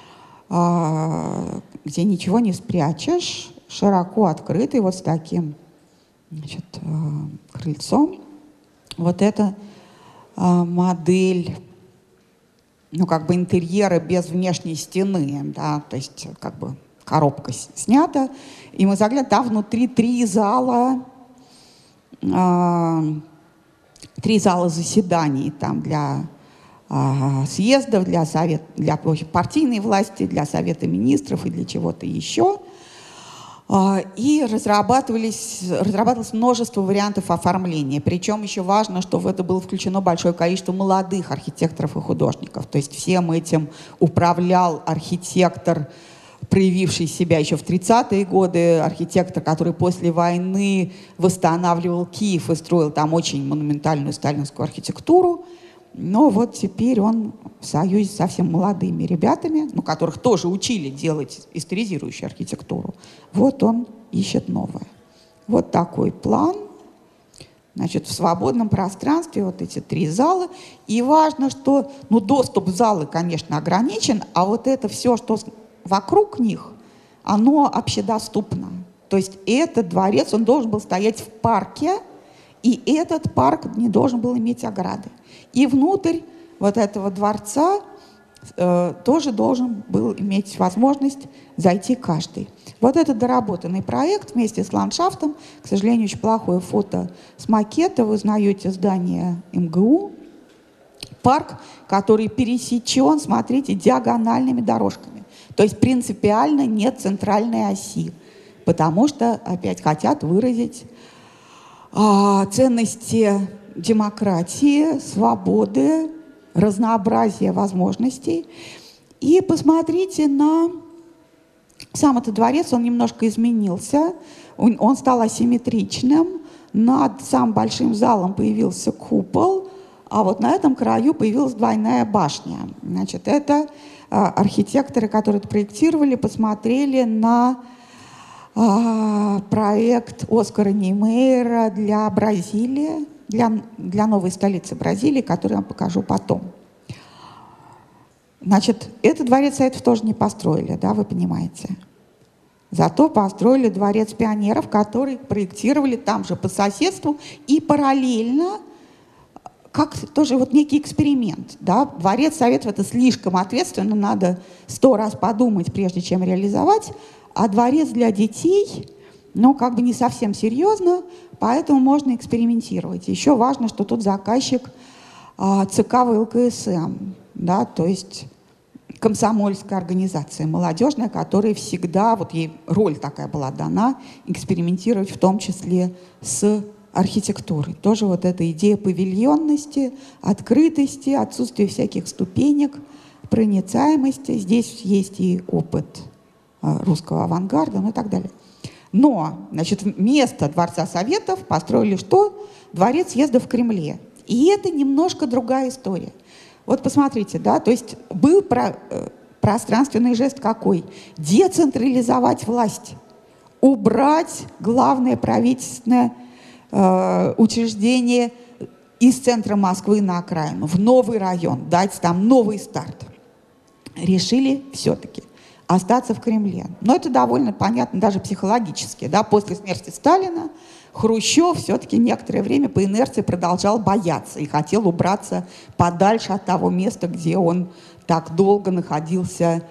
где ничего не спрячешь, широко открытый, вот с таким, значит, крыльцом. Вот это модель, ну как бы интерьера без внешней стены, да, то есть как бы коробка снята, и мы заглянули, там внутри три зала заседаний, там для съездов, для партийной власти, для Совета министров и для чего-то еще. И разрабатывалось множество вариантов оформления. Причем еще важно, что в это было включено большое количество молодых архитекторов и художников. То есть всем этим управлял архитектор, проявивший себя еще в 30-е годы, архитектор, который после войны восстанавливал Киев и строил там очень монументальную сталинскую архитектуру. Но вот теперь он в союзе с совсем молодыми ребятами, ну, которых тоже учили делать историзирующую архитектуру. Вот он ищет новое. Вот такой план. Значит, в свободном пространстве вот эти 3 зала. И важно, что доступ в залы, конечно, ограничен, а вот это все, что вокруг них, оно общедоступно. То есть этот дворец, он должен был стоять в парке, и этот парк не должен был иметь ограды. И внутрь вот этого дворца тоже должен был иметь возможность зайти каждый. Вот этот доработанный проект вместе с ландшафтом, к сожалению, очень плохое фото с макета, вы узнаете здание МГУ, парк, который пересечен, смотрите, диагональными дорожками. То есть принципиально нет центральной оси, потому что опять хотят выразить ценности демократии, свободы, разнообразия возможностей. И посмотрите на сам этот дворец, он немножко изменился, он стал асимметричным, над самым большим залом появился купол, а вот на этом краю появилась двойная башня. Значит, это архитекторы, которые это проектировали, посмотрели на проект Оскара Неймейера для Бразилии, для новой столицы Бразилии, который я вам покажу потом. Значит, этот дворец Советов тоже не построили, да, вы понимаете. Зато построили дворец пионеров, который проектировали там же по соседству и параллельно, как тоже вот некий эксперимент. Да? Дворец Советов — это слишком ответственно, надо 100 раз подумать, прежде чем реализовать. А дворец для детей, как бы не совсем серьезно, поэтому можно экспериментировать. Еще важно, что тут заказчик ЦК ВЛКСМ, да, то есть комсомольская организация молодежная, которая всегда, вот ей роль такая была дана, экспериментировать в том числе с архитектурой. Тоже вот эта идея павильонности, открытости, отсутствия всяких ступенек, проницаемости. Здесь есть и опыт русского авангарда, и так далее. Но, значит, вместо Дворца Советов построили что? Дворец съезда в Кремле. И это немножко другая история. Вот посмотрите, да, то есть был пространственный жест какой? Децентрализовать власть, убрать главное правительственное учреждение из центра Москвы на окраину, в новый район, дать там новый старт. Решили все-таки остаться в Кремле. Но это довольно понятно даже психологически. Да? После смерти Сталина Хрущев все-таки некоторое время по инерции продолжал бояться и хотел убраться подальше от того места, где он так долго находился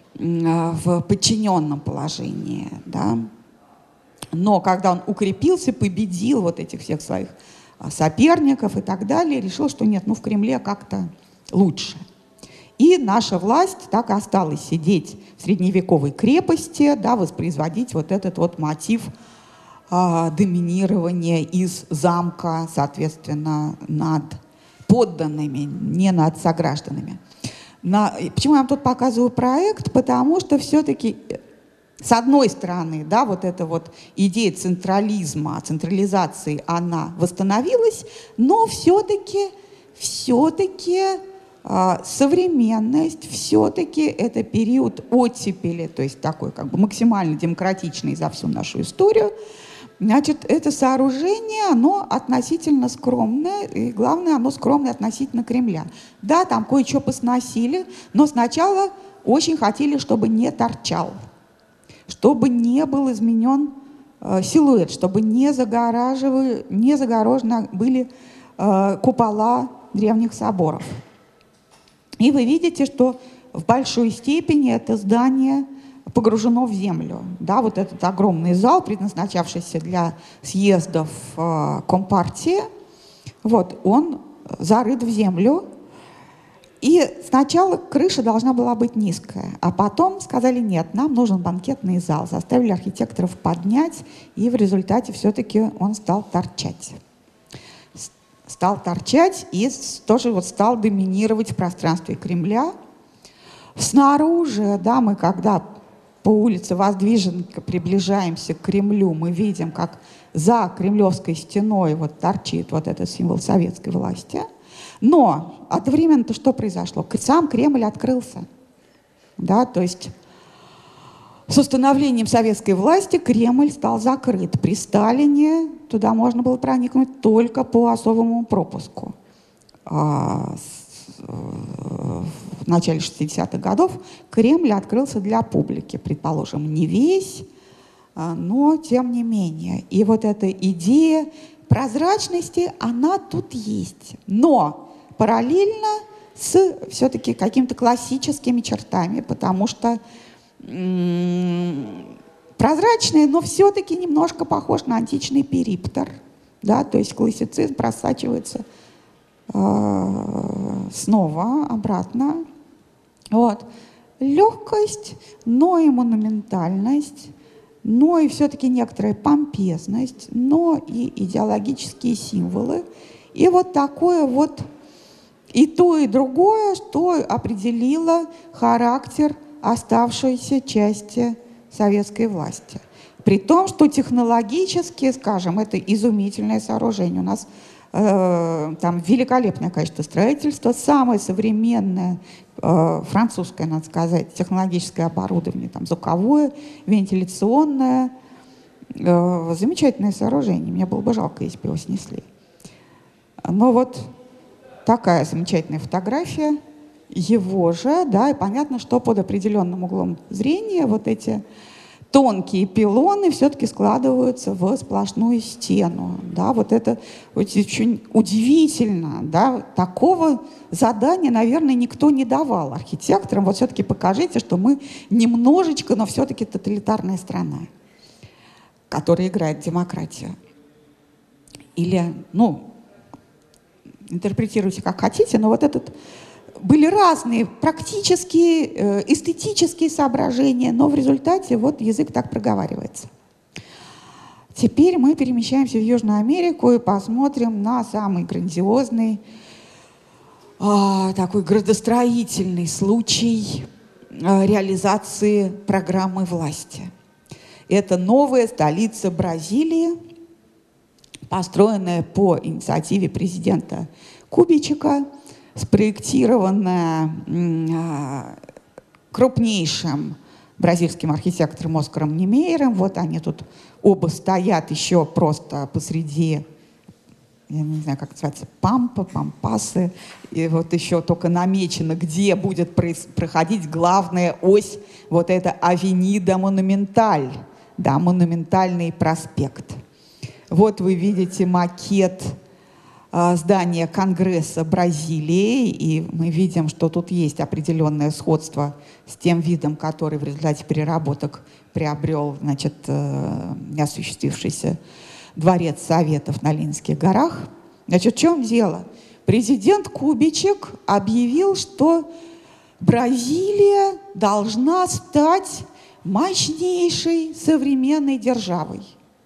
в подчиненном положении. Да? Но когда он укрепился, победил вот этих всех своих соперников и так далее, решил, что нет, в Кремле как-то лучше. И наша власть так и осталась сидеть в средневековой крепости, да, воспроизводить вот этот вот мотив доминирования из замка, соответственно, над подданными, не над согражданами. Почему я вам тут показываю проект? Потому что все-таки, с одной стороны, да, вот эта вот идея централизма, централизации, она восстановилась, но все-таки современность, все-таки это период оттепели, то есть такой как бы максимально демократичный за всю нашу историю. Значит, это сооружение, оно относительно скромное, и главное, оно скромное относительно Кремля. Да, там кое-что посносили, но сначала очень хотели, чтобы не торчал, чтобы не был изменен силуэт, чтобы не загорожены были купола древних соборов. И вы видите, что в большой степени это здание погружено в землю. Да, вот этот огромный зал, предназначавшийся для съездов Компартии, вот, он зарыт в землю. И сначала крыша должна была быть низкая, а потом сказали, нет, нам нужен банкетный зал. Заставили архитекторов поднять, и в результате все-таки он стал торчать. И тоже вот стал доминировать в пространстве Кремля. Снаружи, да, мы когда по улице Воздвиженка приближаемся к Кремлю, мы видим, как за Кремлевской стеной вот торчит вот этот символ советской власти. Но одновременно-то что произошло? Сам Кремль открылся. Да, то есть с установлением советской власти Кремль стал закрыт. При Сталине туда можно было проникнуть только по особому пропуску. В начале 60-х годов Кремль открылся для публики. Предположим, не весь, но тем не менее. И вот эта идея прозрачности, она тут есть. Но параллельно с все-таки какими-то классическими чертами, потому что прозрачный, но все-таки немножко похож на античный периптер. Да? То есть классицизм просачивается снова обратно. Вот. Легкость, но и монументальность, но и все-таки некоторая помпезность, но и идеологические символы. И вот такое вот и то, и другое, что определило характер оставшейся части советской власти. При том, что технологически, скажем, это изумительное сооружение. У нас там великолепное качество строительства, самое современное французское, надо сказать, технологическое оборудование, там звуковое, вентиляционное. Замечательное сооружение. Мне было бы жалко, если бы его снесли. Но вот такая замечательная фотография его же, да, и понятно, что под определенным углом зрения вот эти тонкие пилоны все-таки складываются в сплошную стену. Да, вот это очень удивительно. Да, такого задания, наверное, никто не давал архитекторам. Вот все-таки покажите, что мы немножечко, но все-таки тоталитарная страна, которая играет в демократию. Или, ну, интерпретируйте как хотите, но вот этот... Были разные практические, эстетические соображения, но в результате вот язык так проговаривается. Теперь мы перемещаемся в Южную Америку и посмотрим на самый грандиозный, такой градостроительный случай реализации программы власти. Это новая столица Бразилии, построенная по инициативе президента Кубичика, спроектированная крупнейшим бразильским архитектором Оскаром Немейером. Вот они тут оба стоят еще просто посреди, я не знаю, как называется, пампасы. И вот еще только намечено, где будет проходить главная ось, вот это Авенида Монументаль, да, Монументальный проспект. Вот вы видите макет здания Конгресса Бразилии, и мы видим, что тут есть определенное сходство с тем видом, который в результате переработок приобрел, значит, неосуществившийся дворец Советов на Ленинских горах. Значит, в чем дело? Президент Кубичек объявил, что Бразилия должна стать мощнейшей современной державой.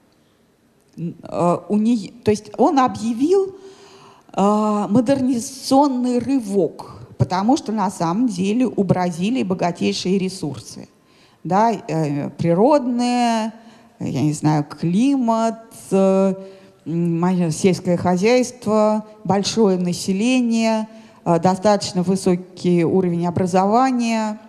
То есть он объявил модернизационный рывок, потому что на самом деле у Бразилии богатейшие ресурсы. Да, природные, я не знаю, климат, сельское хозяйство, большое население, достаточно высокий уровень образования.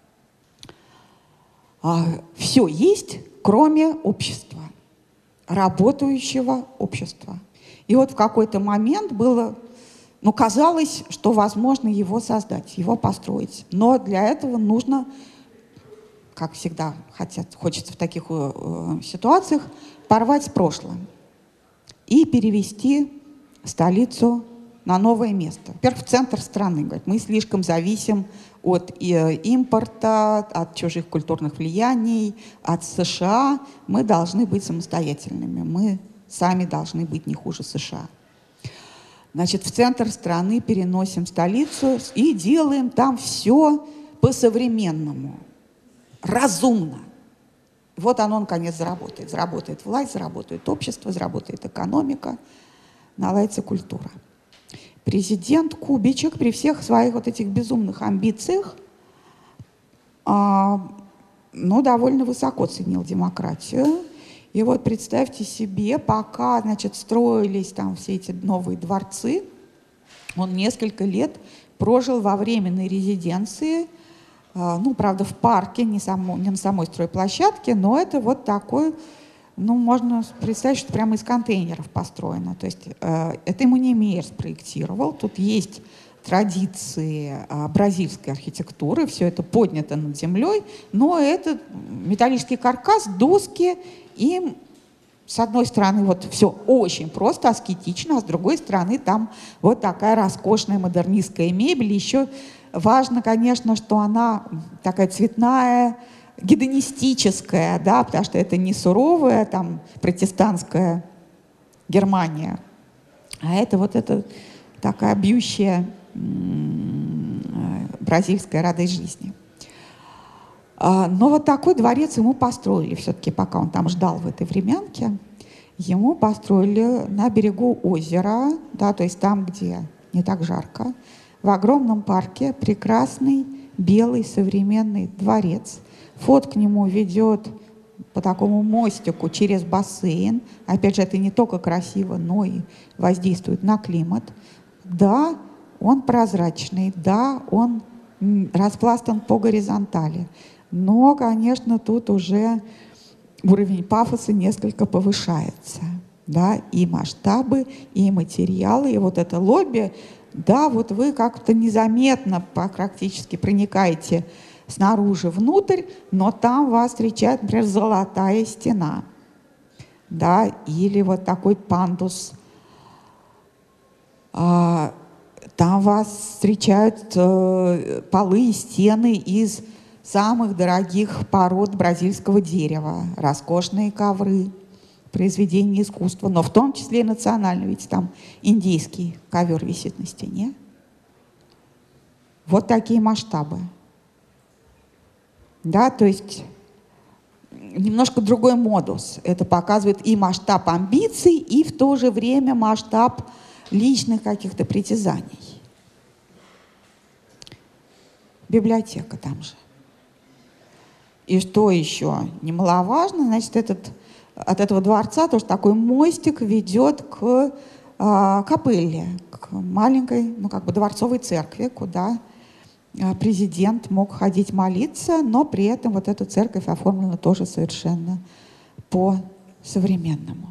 Все есть, кроме общества, работающего общества. И вот в какой-то момент было, ну, казалось, что возможно его создать, его построить. Но для этого нужно, как всегда хочется в таких ситуациях, порвать с прошлым и перевести столицу на новое место. Во-первых, в центр страны. Говорят, мы слишком зависим от импорта, от чужих культурных влияний, от США. Мы должны быть самостоятельными. Мы сами должны быть не хуже США. Значит, в центр страны переносим столицу и делаем там все по-современному, разумно. Вот оно, наконец, заработает. Заработает власть, заработает общество, заработает экономика, наладится культура. Президент Кубичек при всех своих вот этих безумных амбициях, довольно высоко ценил демократию. И вот представьте себе, пока, значит, строились там все эти новые дворцы, Он несколько лет прожил во временной резиденции, ну, правда, в парке, не на самой стройплощадке, но это вот такой, ну, можно представить, что прямо из контейнеров построено. То есть это ему Немеер спроектировал. Тут есть традиции бразильской архитектуры, все это поднято над землей, но это металлический каркас, доски, и с одной стороны вот все очень просто, аскетично, а с другой стороны там вот такая роскошная модернистская мебель. Еще важно, конечно, что она такая цветная, гедонистическая, да, потому что это не суровая там протестантская Германия, а это вот эта такая бьющая бразильская радость жизни. Но вот такой дворец ему построили все-таки, пока он там ждал в этой времянке. Ему построили на берегу озера, да, то есть там, где не так жарко, в огромном парке прекрасный белый современный дворец. Вход к нему ведет по такому мостику через бассейн. Опять же, это не только красиво, но и воздействует на климат. Да, он прозрачный, да, он распластан по горизонтали. Но, конечно, тут уже уровень пафоса несколько повышается. Да, и масштабы, и материалы, и вот это лобби. Да, вот вы как-то незаметно практически проникаете снаружи внутрь, но там вас встречает, например, золотая стена. Да, или вот такой пандус. Там вас встречают полы и стены из самых дорогих пород бразильского дерева, роскошные ковры, произведения искусства, но в том числе и национальные, ведь там индийский ковер висит на стене. Вот такие масштабы. Да, то есть немножко другой модус. Это показывает и масштаб амбиций, и в то же время масштаб личных каких-то притязаний. Библиотека там же. И что еще немаловажно, значит, от этого дворца тоже такой мостик ведет к капелле, к маленькой, ну, как бы дворцовой церкви, куда президент мог ходить молиться, но при этом вот эта церковь оформлена тоже совершенно по-современному.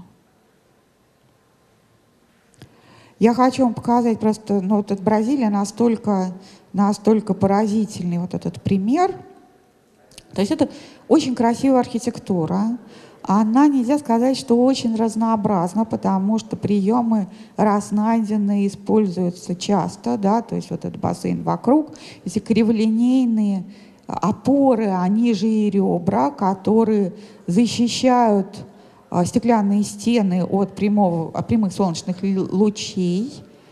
Я хочу вам показать просто, ну, вот Бразилия настолько поразительный вот этот пример. То есть это очень красивая архитектура. Она, нельзя сказать, что очень разнообразна, потому что приемы раз найденные используются часто, да, то есть вот этот бассейн вокруг, эти криволинейные опоры, они же и ребра, которые защищают стеклянные стены от прямых солнечных лучей.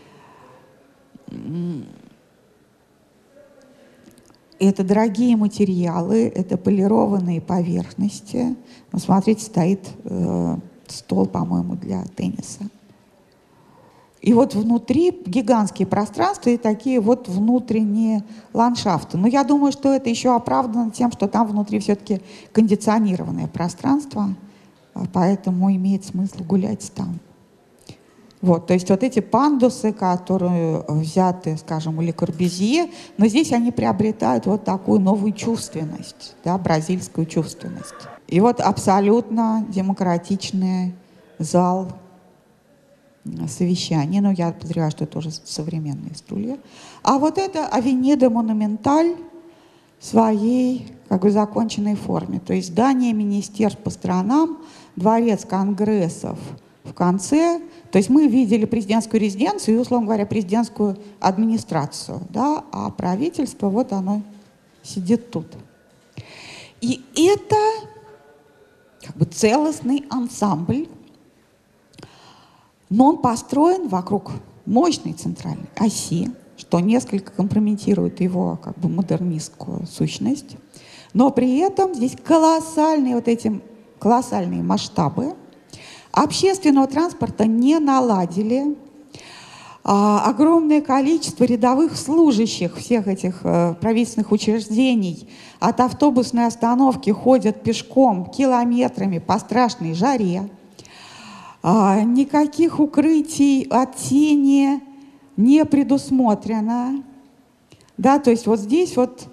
Это дорогие материалы, это полированные поверхности. Ну, смотрите, стоит стол, по-моему, для тенниса. И вот внутри гигантские пространства и такие вот внутренние ландшафты. Но я думаю, что это еще оправдано тем, что там внутри все-таки кондиционированное пространство, поэтому имеет смысл гулять там. Вот, то есть вот эти пандусы, которые взяты, скажем, у Ле Корбюзье, но здесь они приобретают вот такую новую чувственность, да, бразильскую чувственность. И вот абсолютно демократичный зал совещаний, но я подозреваю, что это тоже современные стулья. А вот это Авенida Монументаль в своей как бы законченной форме. То есть здание министерств по сторонам, дворец конгрессов в конце. То есть мы видели президентскую резиденцию и, условно говоря, президентскую администрацию, да, а правительство, вот оно сидит тут. И это как бы целостный ансамбль, но он построен вокруг мощной центральной оси, что несколько компрометирует его как бы модернистскую сущность. Но при этом здесь колоссальные масштабы. Общественного транспорта не наладили. Огромное количество рядовых служащих всех этих правительственных учреждений от автобусной остановки ходят пешком километрами по страшной жаре. Никаких укрытий от тени не предусмотрено. Да, то есть вот здесь вот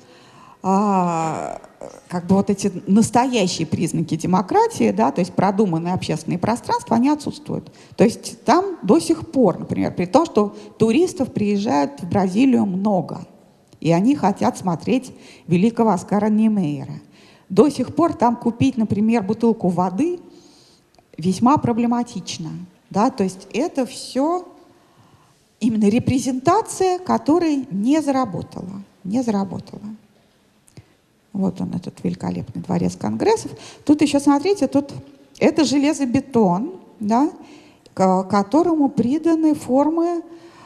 как бы вот эти настоящие признаки демократии, да, то есть продуманные общественные пространства, они отсутствуют. То есть там до сих пор, например, при том, что туристов приезжают в Бразилию много, и они хотят смотреть великого Оскара Немейера. До сих пор там купить, например, бутылку воды весьма проблематично. Да, то есть это все именно репрезентация, которая не заработала. Не заработала. Вот он, этот великолепный дворец конгрессов. Тут еще, смотрите, тут это железобетон, да, которому приданы формы,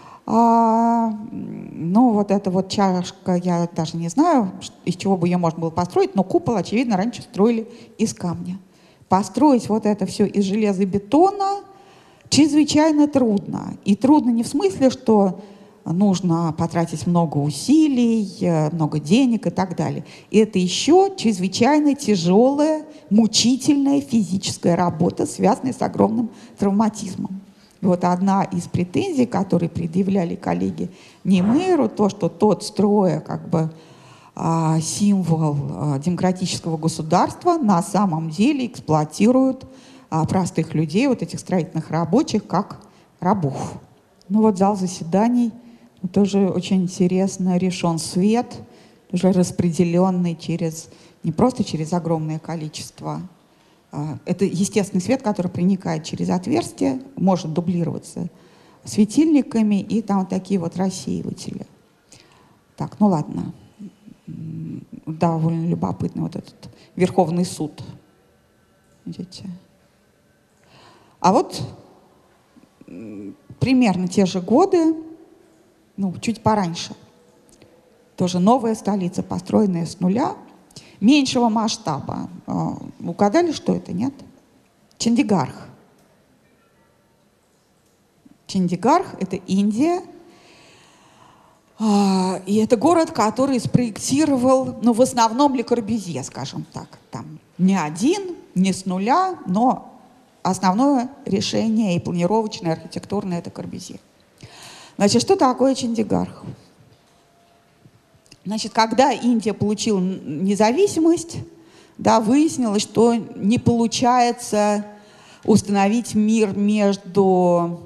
ну, вот эта вот чашка, я даже не знаю, из чего бы ее можно было построить, но купол, очевидно, раньше строили из камня. Построить вот это все из железобетона чрезвычайно трудно. И трудно не в смысле, что нужно потратить много усилий, много денег и так далее. И это еще чрезвычайно тяжелая, мучительная физическая работа, связанная с огромным травматизмом. И вот одна из претензий, которые предъявляли коллеги Немейеру, то, что тот, строя как бы символ демократического государства, на самом деле эксплуатирует простых людей, вот этих строительных рабочих, как рабов. Ну вот зал заседаний тоже очень интересно решен свет, уже распределенный через, не просто через огромное количество. Это естественный свет, который проникает через отверстия, может дублироваться светильниками, и там вот такие вот рассеиватели. Так, ну ладно. Довольно любопытный вот этот Верховный суд. Видите? А вот примерно те же годы, ну, чуть пораньше, тоже новая столица, построенная с нуля, меньшего масштаба. Угадали, что это, нет? Чандигарх. Чандигарх — это Индия. И это город, который спроектировал, ну, в основном Ле Корбюзье, скажем так. Там не один, не с нуля, но основное решение и планировочное, и архитектурное — это Корбюзье. Значит, что такое Чандигарх? Значит, когда Индия получила независимость, да, выяснилось, что не получается установить мир между,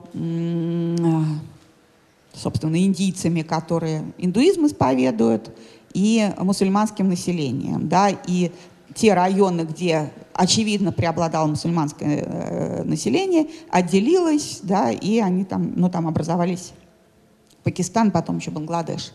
собственно, индийцами, которые индуизм исповедуют, и мусульманским населением. Да, и те районы, где, очевидно, преобладало мусульманское население, отделилось, да, и они там, ну, там образовались Пакистан, потом еще Бангладеш.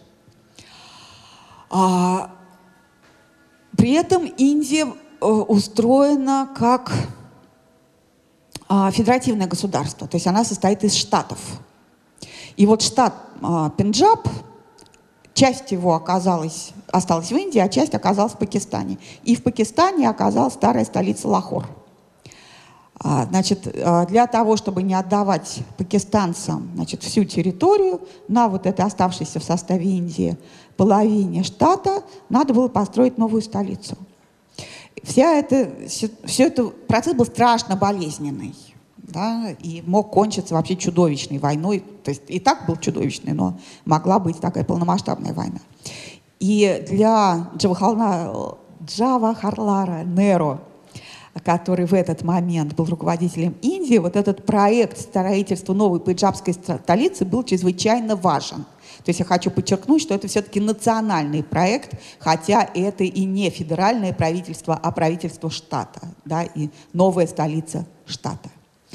При этом Индия устроена как федеративное государство, то есть она состоит из штатов. И вот штат Пенджаб, часть его осталась в Индии, а часть оказалась в Пакистане. И в Пакистане оказалась старая столица Лахор. Значит, для того, чтобы не отдавать пакистанцам, значит, всю территорию, на вот этой оставшейся в составе Индии половине штата надо было построить новую столицу. Все этот процесс был страшно болезненный, да, и мог кончиться вообще чудовищной войной. То есть и так был чудовищный, но могла быть такая полномасштабная война. И для Джавахарлала Неру, который в этот момент был руководителем Индии, вот этот проект строительства новой пенджабской столицы был чрезвычайно важен. То есть я хочу подчеркнуть, что это все-таки национальный проект, хотя это и не федеральное правительство, а правительство штата, да, и новая столица штата.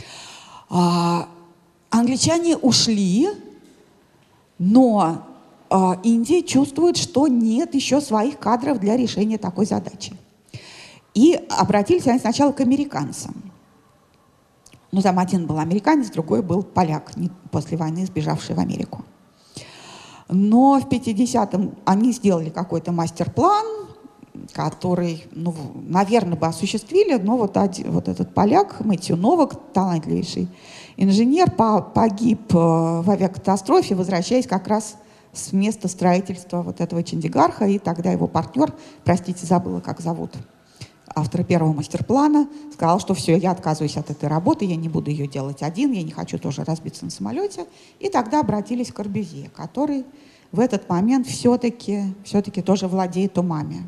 Англичане ушли, но Индия чувствует, что нет еще своих кадров для решения такой задачи. И обратились они сначала к американцам. Ну, там один был американец, другой был поляк, после войны сбежавший в Америку. Но в 50-м они сделали какой-то мастер-план, который, ну, наверное, бы осуществили, но вот этот поляк, Мэтью Новак, талантливейший инженер, погиб в авиакатастрофе, возвращаясь как раз с места строительства вот этого Чандигарха, и тогда его партнер, простите, забыла, как зовут, автора первого мастер-плана, сказал, что все, я отказываюсь от этой работы, я не буду ее делать один, я не хочу тоже разбиться на самолете. И тогда обратились к Корбюзье, который в этот момент все-таки тоже владеет умами.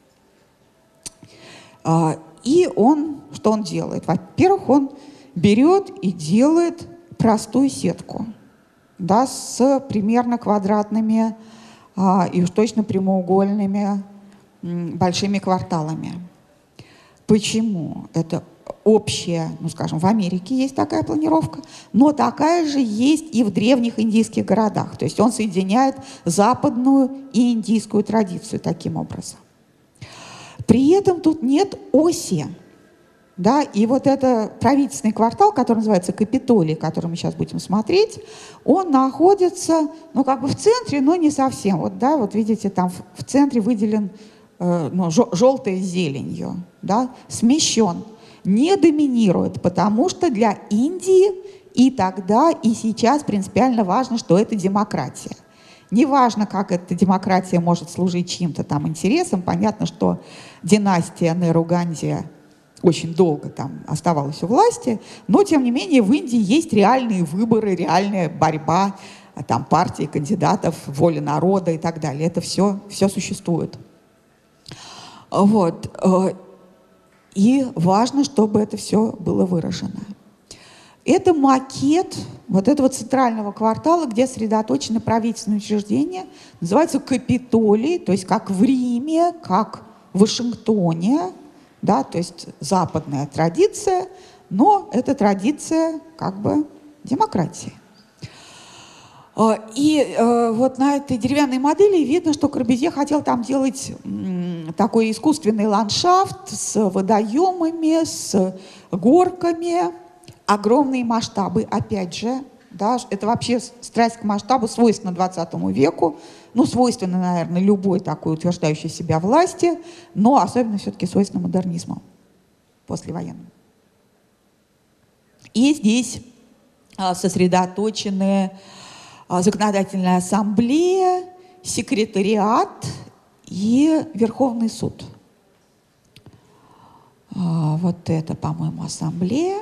И что он делает? Во-первых, он берет и делает простую сетку, да, с примерно квадратными и уж точно прямоугольными большими кварталами. Почему? Это общая, ну скажем, в Америке есть такая планировка, но такая же есть и в древних индийских городах. То есть он соединяет западную и индийскую традицию таким образом. При этом тут нет оси. Да, и вот этот правительственный квартал, который называется Капитолий, который мы сейчас будем смотреть, он находится, ну, как бы в центре, но не совсем. Вот, да, вот видите, там в центре выделен желтой зеленью, да, смещен, не доминирует, потому что для Индии и тогда, и сейчас принципиально важно, что это демократия. Неважно, как эта демократия может служить чьим-то там интересам, понятно, что династия Неру-Ганди очень долго там оставалась у власти, но, тем не менее, в Индии есть реальные выборы, реальная борьба, там, партий, кандидатов, воля народа и так далее. Это все существует. Вот. И важно, чтобы это все было выражено. Это макет вот этого центрального квартала, где сосредоточены правительственные учреждения. Называется Капитолий, то есть как в Риме, как в Вашингтоне. Да, то есть западная традиция, но это традиция как бы демократии. И вот на этой деревянной модели видно, что Корбюзье хотел там делать такой искусственный ландшафт с водоемами, с горками, огромные масштабы. Опять же, да, это вообще страсть к масштабу свойственна 20 веку, ну, свойственно, наверное, любой такой утверждающей себя власти, но особенно все-таки свойственно модернизму послевоенному. И здесь сосредоточены законодательная ассамблея, секретариат и Верховный суд. Вот это, по-моему, ассамблея.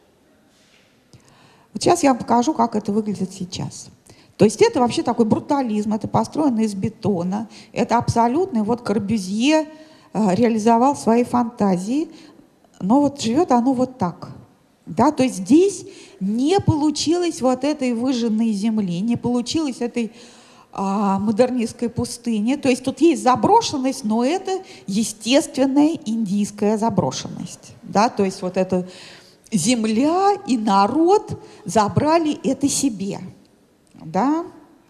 Вот сейчас я вам покажу, как это выглядит сейчас. То есть это вообще такой брутализм, это построено из бетона, это абсолютный, вот Корбюзье реализовал свои фантазии, но вот живет оно вот так. Да? То есть здесь не получилось вот этой выжженной земли, не получилось этой модернистской пустыни. То есть тут есть заброшенность, но это естественная индийская заброшенность. Да? То есть вот эта земля и народ забрали это себе. Да?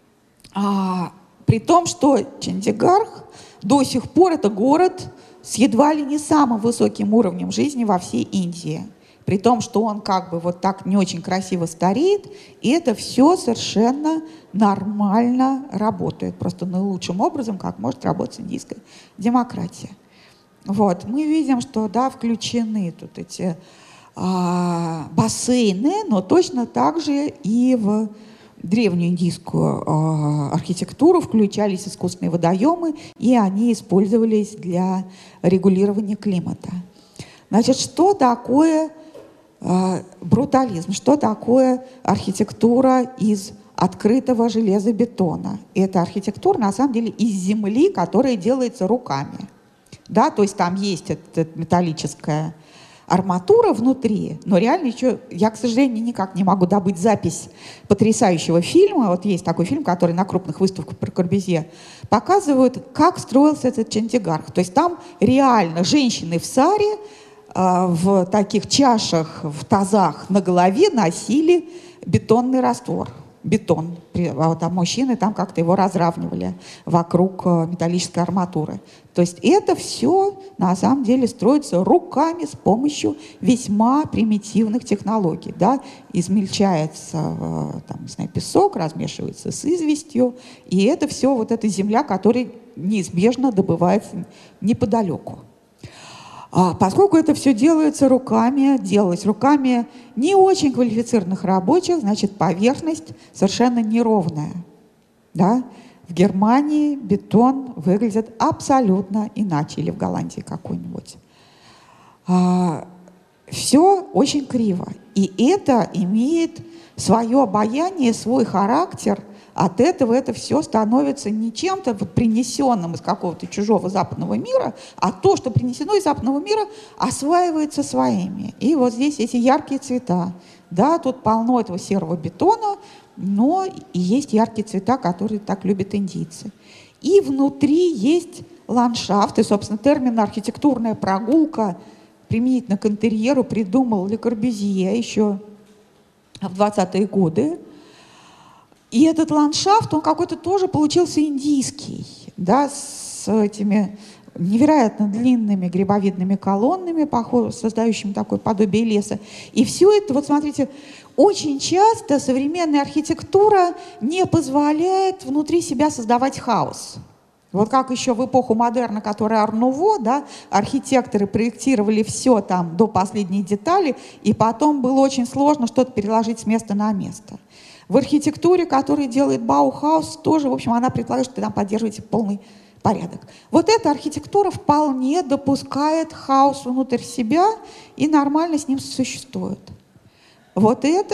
При том, что Чандигарх до сих пор это город с едва ли не самым высоким уровнем жизни во всей Индии. При том, что он как бы вот так не очень красиво стареет, и это все совершенно нормально работает. Просто наилучшим образом, как может работать индийская демократия. Вот. Мы видим, что да, включены тут эти бассейны, но точно так же и в древнюю индийскую архитектуру включались искусственные водоемы, и они использовались для регулирования климата. Значит, что такое брутализм? Что такое архитектура из открытого железобетона? Это архитектура, на самом деле, из земли, которая делается руками. Да? То есть там есть эта металлическая арматура внутри, но реально еще, я, к сожалению, никак не могу добыть запись потрясающего фильма. Вот есть такой фильм, который на крупных выставках про Корбюзье показывают, как строился этот Чандигарх. То есть там реально женщины в саре, в таких чашах, в тазах на голове носили бетонный раствор. Бетон. А вот, мужчины там как-то его разравнивали вокруг металлической арматуры. То есть это все на самом деле строится руками с помощью весьма примитивных технологий. Да? Измельчается там, не знаю, песок, размешивается с известью, и это все вот эта земля, которая неизбежно добывается неподалеку. Поскольку это все делалось руками не очень квалифицированных рабочих, значит, поверхность совершенно неровная. Да? В Германии бетон выглядит абсолютно иначе, или в Голландии какой-нибудь. Все очень криво. И это имеет свое обаяние, свой характер. От этого это все становится не чем-то вот принесенным из какого-то чужого западного мира, а то, что принесено из западного мира, осваивается своими. И вот здесь эти яркие цвета. Да, тут полно этого серого бетона, но и есть яркие цвета, которые так любят индийцы. И внутри есть ландшафт, и, собственно, термин «архитектурная прогулка» применительно к интерьеру придумал Ле Корбюзье еще в 20-е годы. И этот ландшафт, он какой-то тоже получился индийский, да, с этими невероятно длинными грибовидными колоннами, создающими такое подобие леса. И все это, вот смотрите, очень часто современная архитектура не позволяет внутри себя создавать хаос. Вот как еще в эпоху модерна, которая Ар-Нуво, да, архитекторы проектировали все там до последней детали, и потом было очень сложно что-то переложить с места на место. В архитектуре, которую делает Баухаус, тоже, в общем, она предполагает, что вы там поддерживаете полный порядок. Вот эта архитектура вполне допускает хаос внутрь себя и нормально с ним существует. Вот это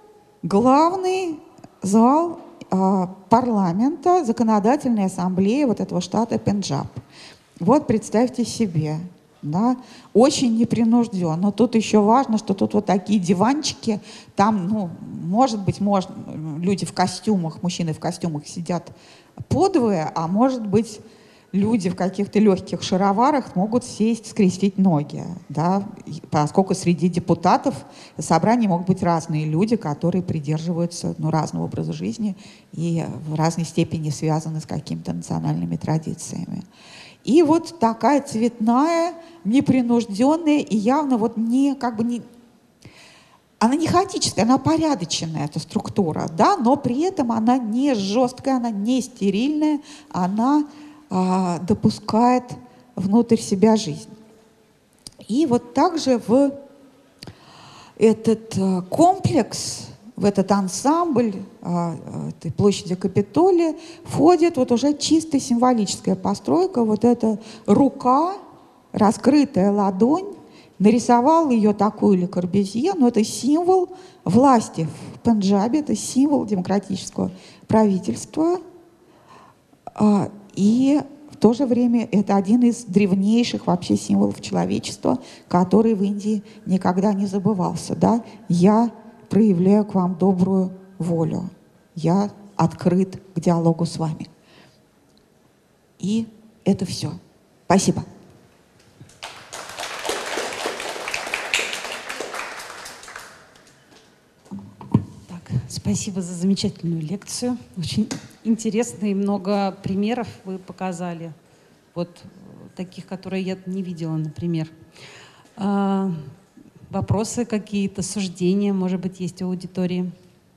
главный зал парламента, законодательной ассамблеи вот этого штата Пенджаб. Вот представьте себе, да, очень непринужденно. Но тут еще важно, что тут вот такие диванчики, там, ну, может быть, люди в костюмах, мужчины в костюмах сидят подвое, а может быть, люди в каких-то легких шароварах могут сесть, скрестить ноги, да, поскольку среди депутатов собраний могут быть разные люди, которые придерживаются, ну, разного образа жизни и в разной степени связаны с какими-то национальными традициями. И вот такая цветная, непринужденная и явно вот не, как бы не, она не хаотическая, она порядочная, эта структура, да, но при этом она не жесткая, она не стерильная, она допускает внутрь себя жизнь. И вот также в этот комплекс, в этот ансамбль этой площади Капитолия входит вот уже чисто символическая постройка, вот эта рука, раскрытая ладонь, нарисовал ее такую Ле Корбюзье, но это символ власти в Пенджабе, это символ демократического правительства. И в то же время это один из древнейших вообще символов человечества, который в Индии никогда не забывался. Да? Я проявляю к вам добрую волю. Я открыт к диалогу с вами. И это все. Спасибо. Спасибо за замечательную лекцию. Очень интересно и много примеров вы показали. Вот таких, которые я не видела, например. Вопросы какие-то, суждения, может быть, есть у аудитории?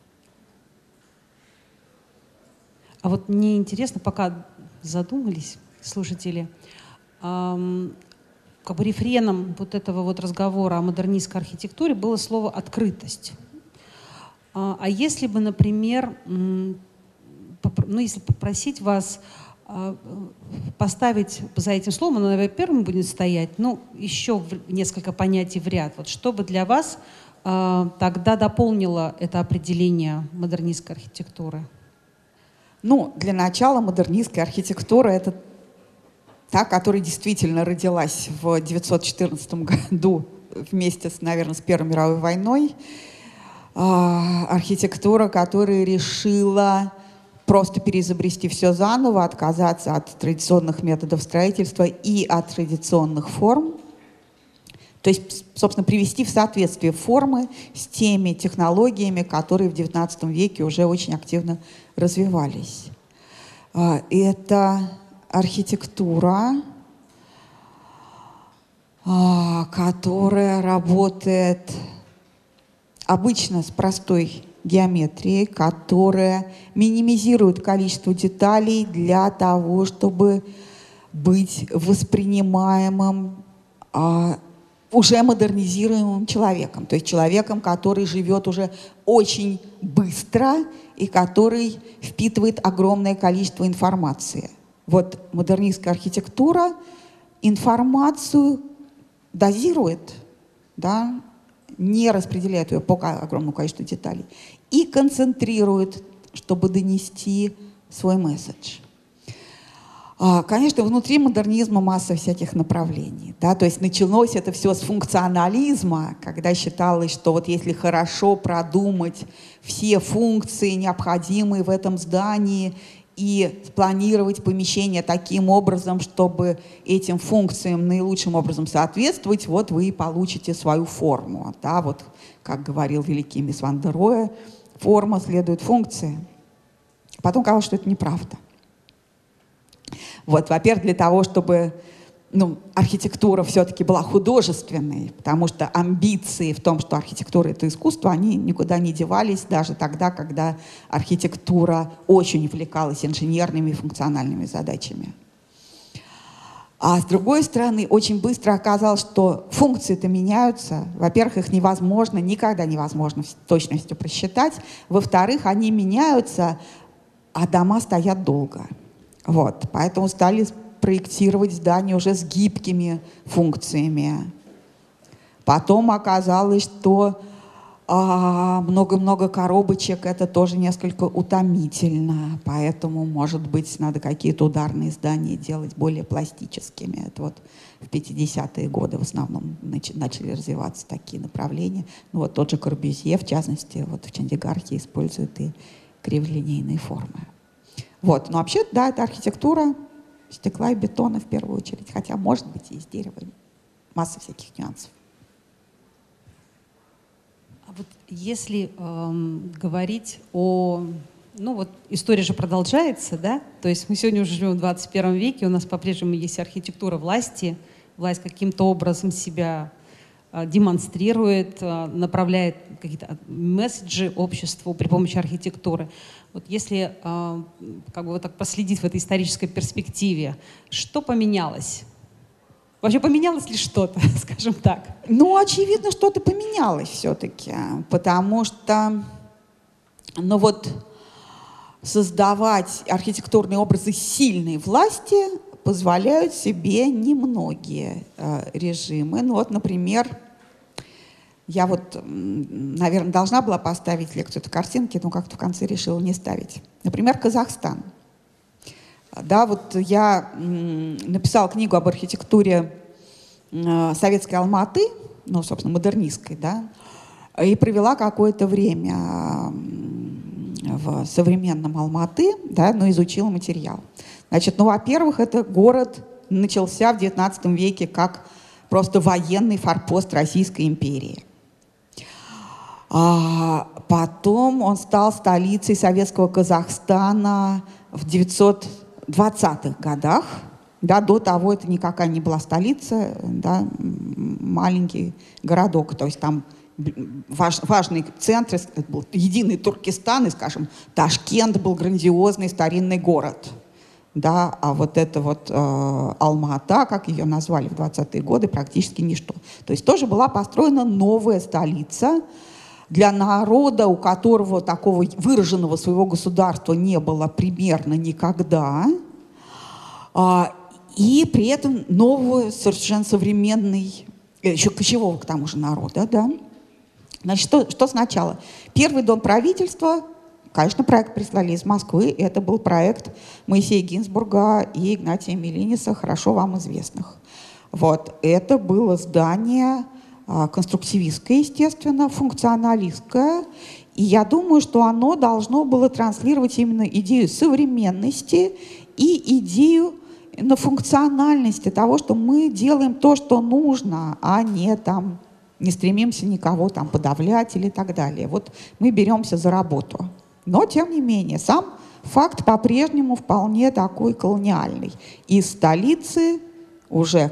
А вот мне интересно, пока задумались слушатели, как бы рефреном вот этого вот разговора о модернистской архитектуре было слово «открытость». А если бы, например, ну, если попросить вас поставить за этим словом, оно, наверное, первым будет стоять, ну, еще несколько понятий в ряд. Вот что бы для вас тогда дополнило это определение модернистской архитектуры? Ну, для начала модернистская архитектура — это та, которая действительно родилась в 1914 году вместе, наверное, с Первой мировой войной. Архитектура, которая решила просто переизобрести все заново, отказаться от традиционных методов строительства и от традиционных форм. То есть, собственно, привести в соответствие формы с теми технологиями, которые в XIX веке уже очень активно развивались. Это архитектура, которая работает обычно с простой геометрией, которая минимизирует количество деталей для того, чтобы быть воспринимаемым уже модернизируемым человеком. То есть человеком, который живет уже очень быстро и который впитывает огромное количество информации. Вот модернистская архитектура информацию дозирует, да, не распределяет ее по огромному количеству деталей и концентрирует, чтобы донести свой месседж. Конечно, внутри модернизма масса всяких направлений. Да? То есть началось это все с функционализма, когда считалось, что вот если хорошо продумать все функции, необходимые в этом здании, и спланировать помещение таким образом, чтобы этим функциям наилучшим образом соответствовать, вот вы и получите свою форму. Да? Вот, как говорил великий мисс Ван дер Роhe, форма следует функции. Потом казалось, что это неправда. Вот, во-первых, для того, чтобы архитектура все-таки была художественной, потому что амбиции в том, что архитектура — это искусство, они никуда не девались даже тогда, когда архитектура очень увлекалась инженерными и функциональными задачами. А с другой стороны, очень быстро оказалось, что функции-то меняются. Во-первых, их невозможно, никогда невозможно с точностью просчитать. Во-вторых, они меняются, а дома стоят долго. Вот, поэтому стали проектировать здания уже с гибкими функциями. Потом оказалось, что много-много коробочек — это тоже несколько утомительно, поэтому, может быть, надо какие-то ударные здания делать более пластическими. Это вот в 50-е годы в основном начали развиваться такие направления. Вот тот же Корбюзье, в частности, вот в Чандигархе использует и криволинейные формы. Вот. Но вообще, да, это архитектура стекла и бетона в первую очередь, хотя, может быть, и из дерева. Масса всяких нюансов. А вот если говорить о... история же продолжается, да? То есть мы сегодня уже живем в 21 веке, у нас по-прежнему есть архитектура власти, власть каким-то образом себя демонстрирует, направляет какие-то месседжи обществу при помощи архитектуры. Вот если вот так проследить в этой исторической перспективе, что поменялось? Вообще поменялось ли что-то, скажем так? Очевидно, что-то поменялось все-таки, потому что, создавать архитектурные образы сильной власти позволяют себе немногие режимы. Например, я наверное, должна была поставить лекцию этой картинки, но как-то в конце решила не ставить. Например, Казахстан. Да, я написала книгу об архитектуре советской Алматы, собственно, модернистской, да, и провела какое-то время в современном Алматы, да, но изучила материал. Значит, во-первых, это город начался в XIX веке как просто военный форпост Российской империи. Потом он стал столицей советского Казахстана в 920-х годах. Да, до того это никакая не была столица, да, маленький городок. То есть там важные центры, это был единый Туркестан, и, скажем, Ташкент был грандиозный старинный город. Да, а Алма-Ата, как ее назвали в 20-е годы, практически ничто. То есть тоже была построена новая столица для народа, у которого такого выраженного своего государства не было примерно никогда, и при этом новый, совершенно современный, еще кочевого к тому же народа. Да? Значит, что сначала? Первый дом правительства, конечно, проект прислали из Москвы. Это был проект Моисея Гинзбурга и Игнатия Милиниса, хорошо вам известных. Это было здание конструктивистское, естественно, функционалистское. И я думаю, что оно должно было транслировать именно идею современности и идею функциональности того, что мы делаем то, что нужно, а не стремимся никого подавлять или так далее. Мы беремся за работу. Но, тем не менее, сам факт по-прежнему вполне такой колониальный. Из столицы уже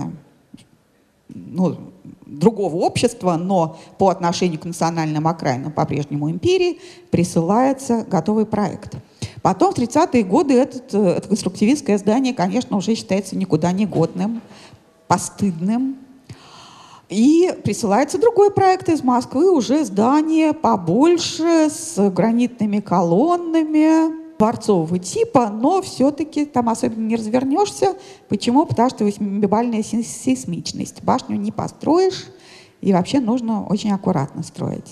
другого общества, но по отношению к национальным окраинам по-прежнему империи, присылается готовый проект. Потом в 30-е годы это конструктивистское здание, конечно, уже считается никуда не годным, постыдным. И присылается другой проект из Москвы, уже здание побольше, с гранитными колоннами, дворцового типа, но все-таки там особенно не развернешься. Почему? Потому что 8-бальная сейсмичность. Башню не построишь, и вообще нужно очень аккуратно строить.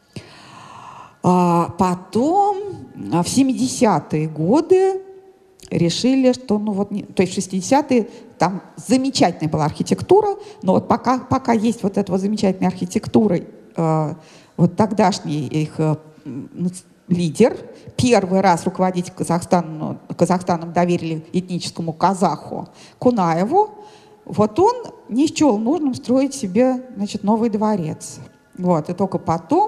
Потом в 70-е годы решили, что, то есть в 60-е там замечательная была архитектура, но вот пока есть вот эта вот замечательная архитектура, вот тогдашний их лидер, первый раз руководить Казахстаном доверили этническому казаху Кунаеву, вот он не счел нужным строить себе, значит, новый дворец. Вот, и только потом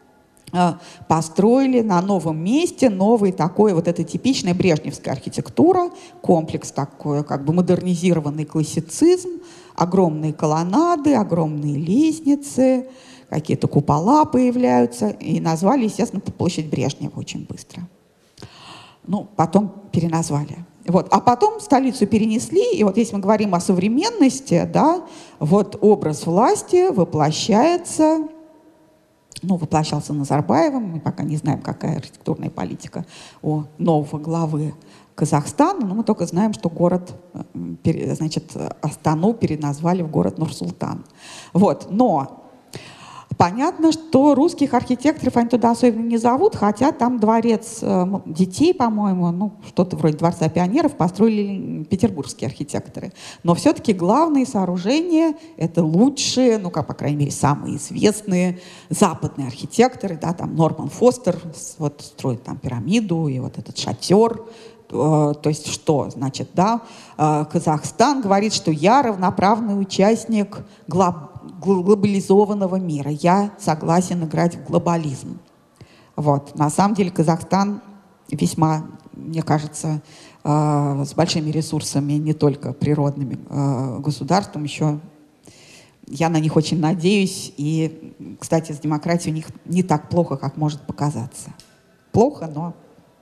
построили на новом месте новый такой, вот эта типичная брежневская архитектура, комплекс такой, как бы модернизированный классицизм, огромные колоннады, огромные лестницы, какие-то купола появляются, и назвали, естественно, площадь Брежнева очень быстро. Ну, потом переназвали. Вот. А потом столицу перенесли, и вот если мы говорим о современности, да, вот образ власти воплощается, воплощался Назарбаевым, мы пока не знаем, какая архитектурная политика у нового главы Казахстана, но мы только знаем, что город, значит, Астану переназвали в город Нур-Султан. Вот. Но понятно, что русских архитекторов они туда особенно не зовут, хотя там дворец детей, по-моему, что-то вроде Дворца пионеров построили петербургские архитекторы. Но все-таки главные сооружения — это лучшие, по крайней мере, самые известные западные архитекторы. Да, там Норман Фостер вот строит там пирамиду и вот этот шатер. То есть что? Значит, да, Казахстан говорит, что я равноправный участник глобализованного мира. Я согласен играть в глобализм. Вот. На самом деле Казахстан весьма, мне кажется, с большими ресурсами, не только природными, государством. Еще я на них очень надеюсь. И, кстати, с демократией у них не так плохо, как может показаться. Плохо, но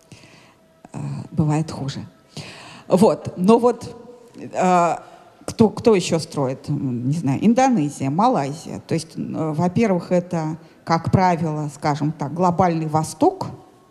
бывает хуже. Вот. Но вот кто еще строит? Не знаю, Индонезия, Малайзия. То есть, во-первых, это, как правило, скажем так, глобальный Восток,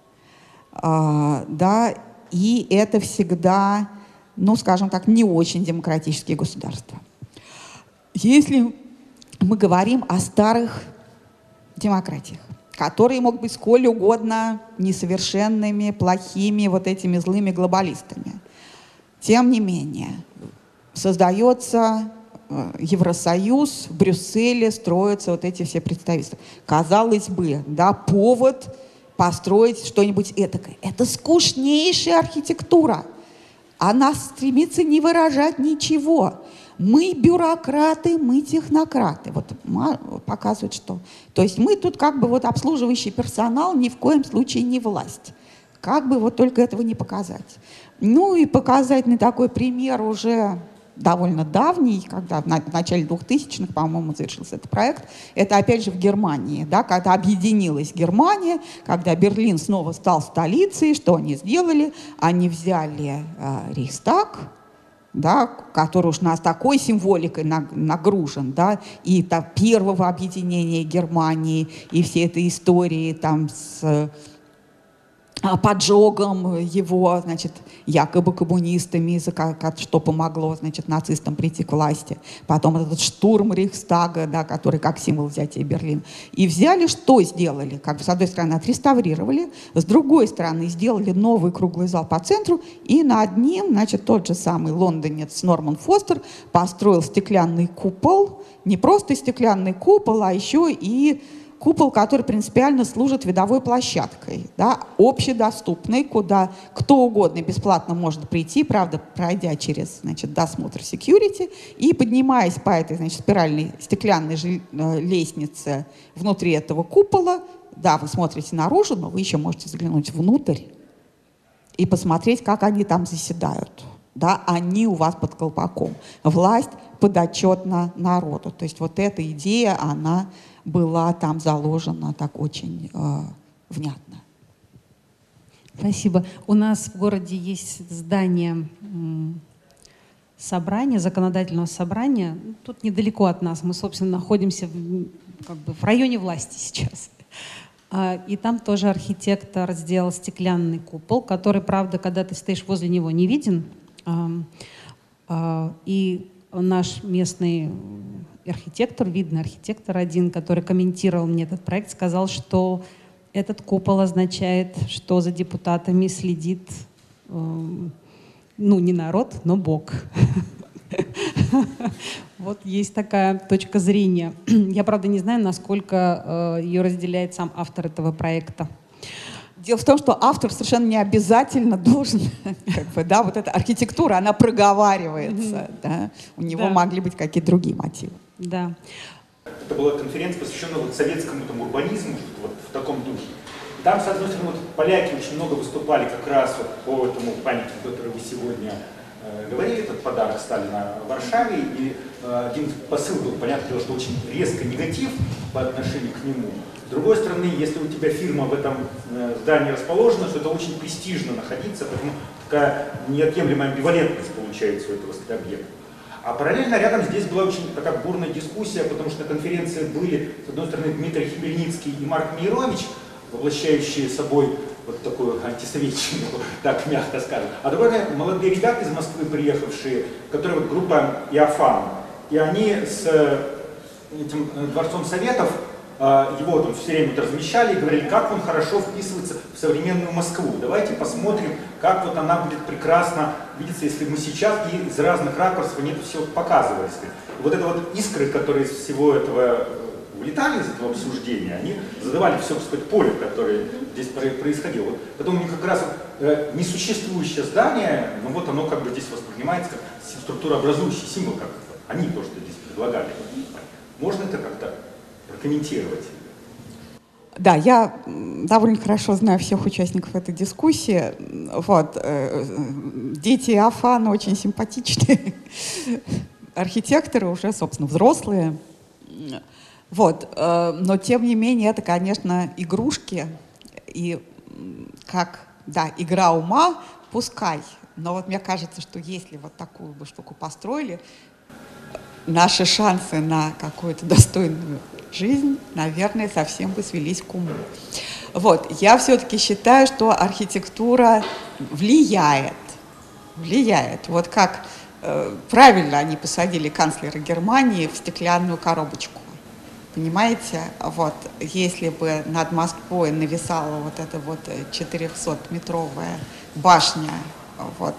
да, и это всегда, скажем так, не очень демократические государства. Если мы говорим о старых демократиях, которые могут быть сколь угодно несовершенными, плохими, вот этими злыми глобалистами, тем не менее, создается Евросоюз, в Брюсселе строятся вот эти все представительства. Казалось бы, да, повод построить что-нибудь этакое. Это скучнейшая архитектура. Она стремится не выражать ничего. Мы бюрократы, мы технократы. Вот показывает, что. То есть мы тут как бы вот обслуживающий персонал, ни в коем случае не власть. Как бы вот только этого не показать. И показательный такой пример уже довольно давний, когда в начале 2000-х, по-моему, завершился этот проект. Это опять же в Германии, да, когда объединилась Германия, когда Берлин снова стал столицей, что они сделали? Они взяли Рейхстаг, да, который уж нас такой символикой нагружен, да, и первого объединения Германии, и всей этой истории там с поджогом его, значит, якобы коммунистами, что помогло, значит, нацистам прийти к власти. Потом этот штурм Рейхстага, да, который как символ взятия Берлина. И взяли, что сделали? Как бы, с одной стороны, отреставрировали, с другой стороны, сделали новый круглый зал по центру, и над ним, значит, тот же самый лондонец Норман Фостер построил стеклянный купол, не просто стеклянный купол, а еще и купол, который принципиально служит видовой площадкой, да, общедоступной, куда кто угодно бесплатно может прийти, правда, пройдя через, значит, досмотр security и поднимаясь по этой, значит, спиральной стеклянной лестнице внутри этого купола, да, вы смотрите наружу, но вы еще можете заглянуть внутрь и посмотреть, как они там заседают. Да, они у вас под колпаком. Власть подотчетна народу. То есть вот эта идея, она была там заложена так очень внятно. Спасибо. У нас в городе есть здание собрания, законодательного собрания. Тут недалеко от нас. Мы, собственно, находимся в районе власти сейчас. И там тоже архитектор сделал стеклянный купол, который, правда, когда ты стоишь возле него, не виден. И наш местный архитектор, видный архитектор один, который комментировал мне этот проект, сказал, что этот купол означает, что за депутатами следит, ну, не народ, но Бог. Вот есть такая точка зрения. Я, правда, не знаю, насколько ее разделяет сам автор этого проекта. Дело в том, что автор совершенно не обязательно должен, да, вот эта архитектура, она проговаривается, да, у него могли быть какие-то другие мотивы. Да. Это была конференция, посвященная вот советскому там, урбанизму, вот в таком духе. И там, с одной стороны, вот, поляки очень много выступали как раз вот по этому памятнику, который вы сегодня говорили, этот подарок Сталина в Варшаве. И один посыл был, понятное дело, что очень резко негатив по отношению к нему. С другой стороны, если у тебя фирма в этом здании расположена, то это очень престижно находиться, поэтому такая неотъемлемая амбивалентность получается у этого объекта. А параллельно рядом здесь была очень такая бурная дискуссия, потому что на конференции были, с одной стороны, Дмитрий Хмельницкий и Марк Миронович, воплощающие собой вот такую антисоветчину, так мягко скажем. А с другой стороны, молодые ребята из Москвы приехавшие, которые вот группа Иофан, и они с этим Дворцом Советов его там все время размещали и говорили, как он хорошо вписывается в современную Москву. Давайте посмотрим, как вот она будет прекрасно видеться, если мы сейчас и из разных ракурсов они это все показывали. И вот это вот искры, которые из всего этого вылетали из этого обсуждения, они задавали все, так сказать, поле, которое здесь происходило. Вот потом у них как раз вот, несуществующее здание, но вот оно как бы здесь воспринимается как структурообразующий символ, как они то, что здесь предлагали. Можно это как-то прокомментировать? Да, я довольно хорошо знаю всех участников этой дискуссии. Вот. Дети Иофана очень симпатичные, архитекторы уже, собственно, взрослые. Вот. Но, тем не менее, это, конечно, игрушки. И как, да, игра ума, пускай. Но вот мне кажется, что если вот такую бы штуку построили, наши шансы на какую-то достойную жизнь, наверное, совсем бы свелись к уму. Вот. Я все-таки считаю, что архитектура влияет. Вот как правильно они посадили канцлера Германии в стеклянную коробочку. Понимаете? Вот. Если бы над Москвой нависала вот эта вот 400-метровая башня, вот,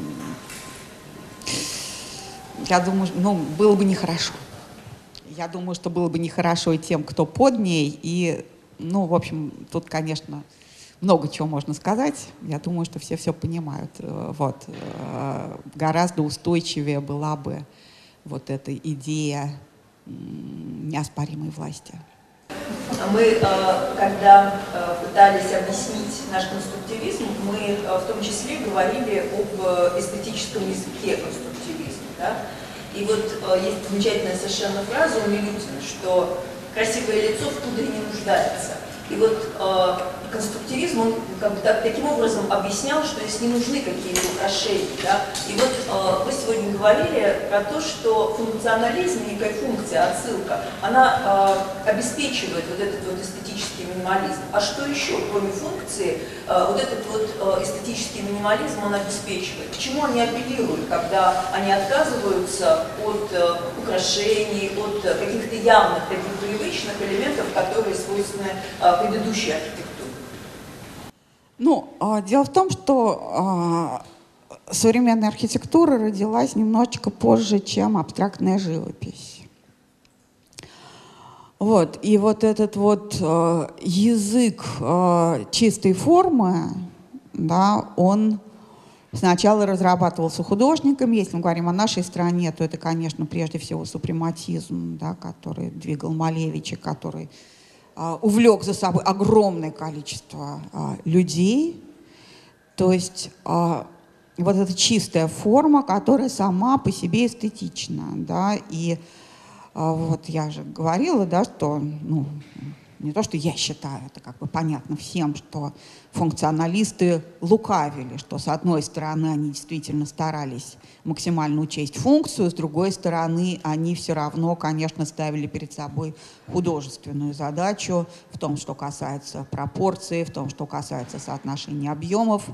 я думаю, ну, было бы нехорошо. Я думаю, что было бы нехорошо и тем, кто под ней. И, ну, в общем, тут, конечно, много чего можно сказать. Я думаю, что все понимают. Вот. Гораздо устойчивее была бы вот эта идея неоспоримой власти. Мы, когда пытались объяснить наш конструктивизм, мы в том числе говорили об эстетическом языке конструктивизма. Да? И вот есть замечательная совершенно фраза у Милютина, что красивое лицо в пудре не нуждается. И вот конструктивизм, он как бы таким образом объяснял, что здесь не нужны какие-то украшения. Да? И вот вы сегодня говорили про то, что функционализм, некая функция, отсылка, она обеспечивает вот этот вот эстетический минимализм. А что еще, кроме функции, вот этот вот эстетический минимализм он обеспечивает? К чему они апеллируют, когда они отказываются от украшений, от каких-то явных таких привычных элементов, которые свойственны предыдущей архитектуре? Ну, дело в том, что современная архитектура родилась немножечко позже, чем абстрактная живопись. Вот. И вот этот вот язык чистой формы, да, он сначала разрабатывался художниками. Если мы говорим о нашей стране, то это, конечно, прежде всего супрематизм, да, который двигал Малевича, который увлек за собой огромное количество людей. То есть вот эта чистая форма, которая сама по себе эстетична. Да, и вот я же говорила, да, что ну, не то, что я считаю, это как бы понятно всем, что функционалисты лукавили, что с одной стороны они действительно старались максимально учесть функцию, с другой стороны они все равно, конечно, ставили перед собой художественную задачу в том, что касается пропорций, в том, что касается соотношения объемов.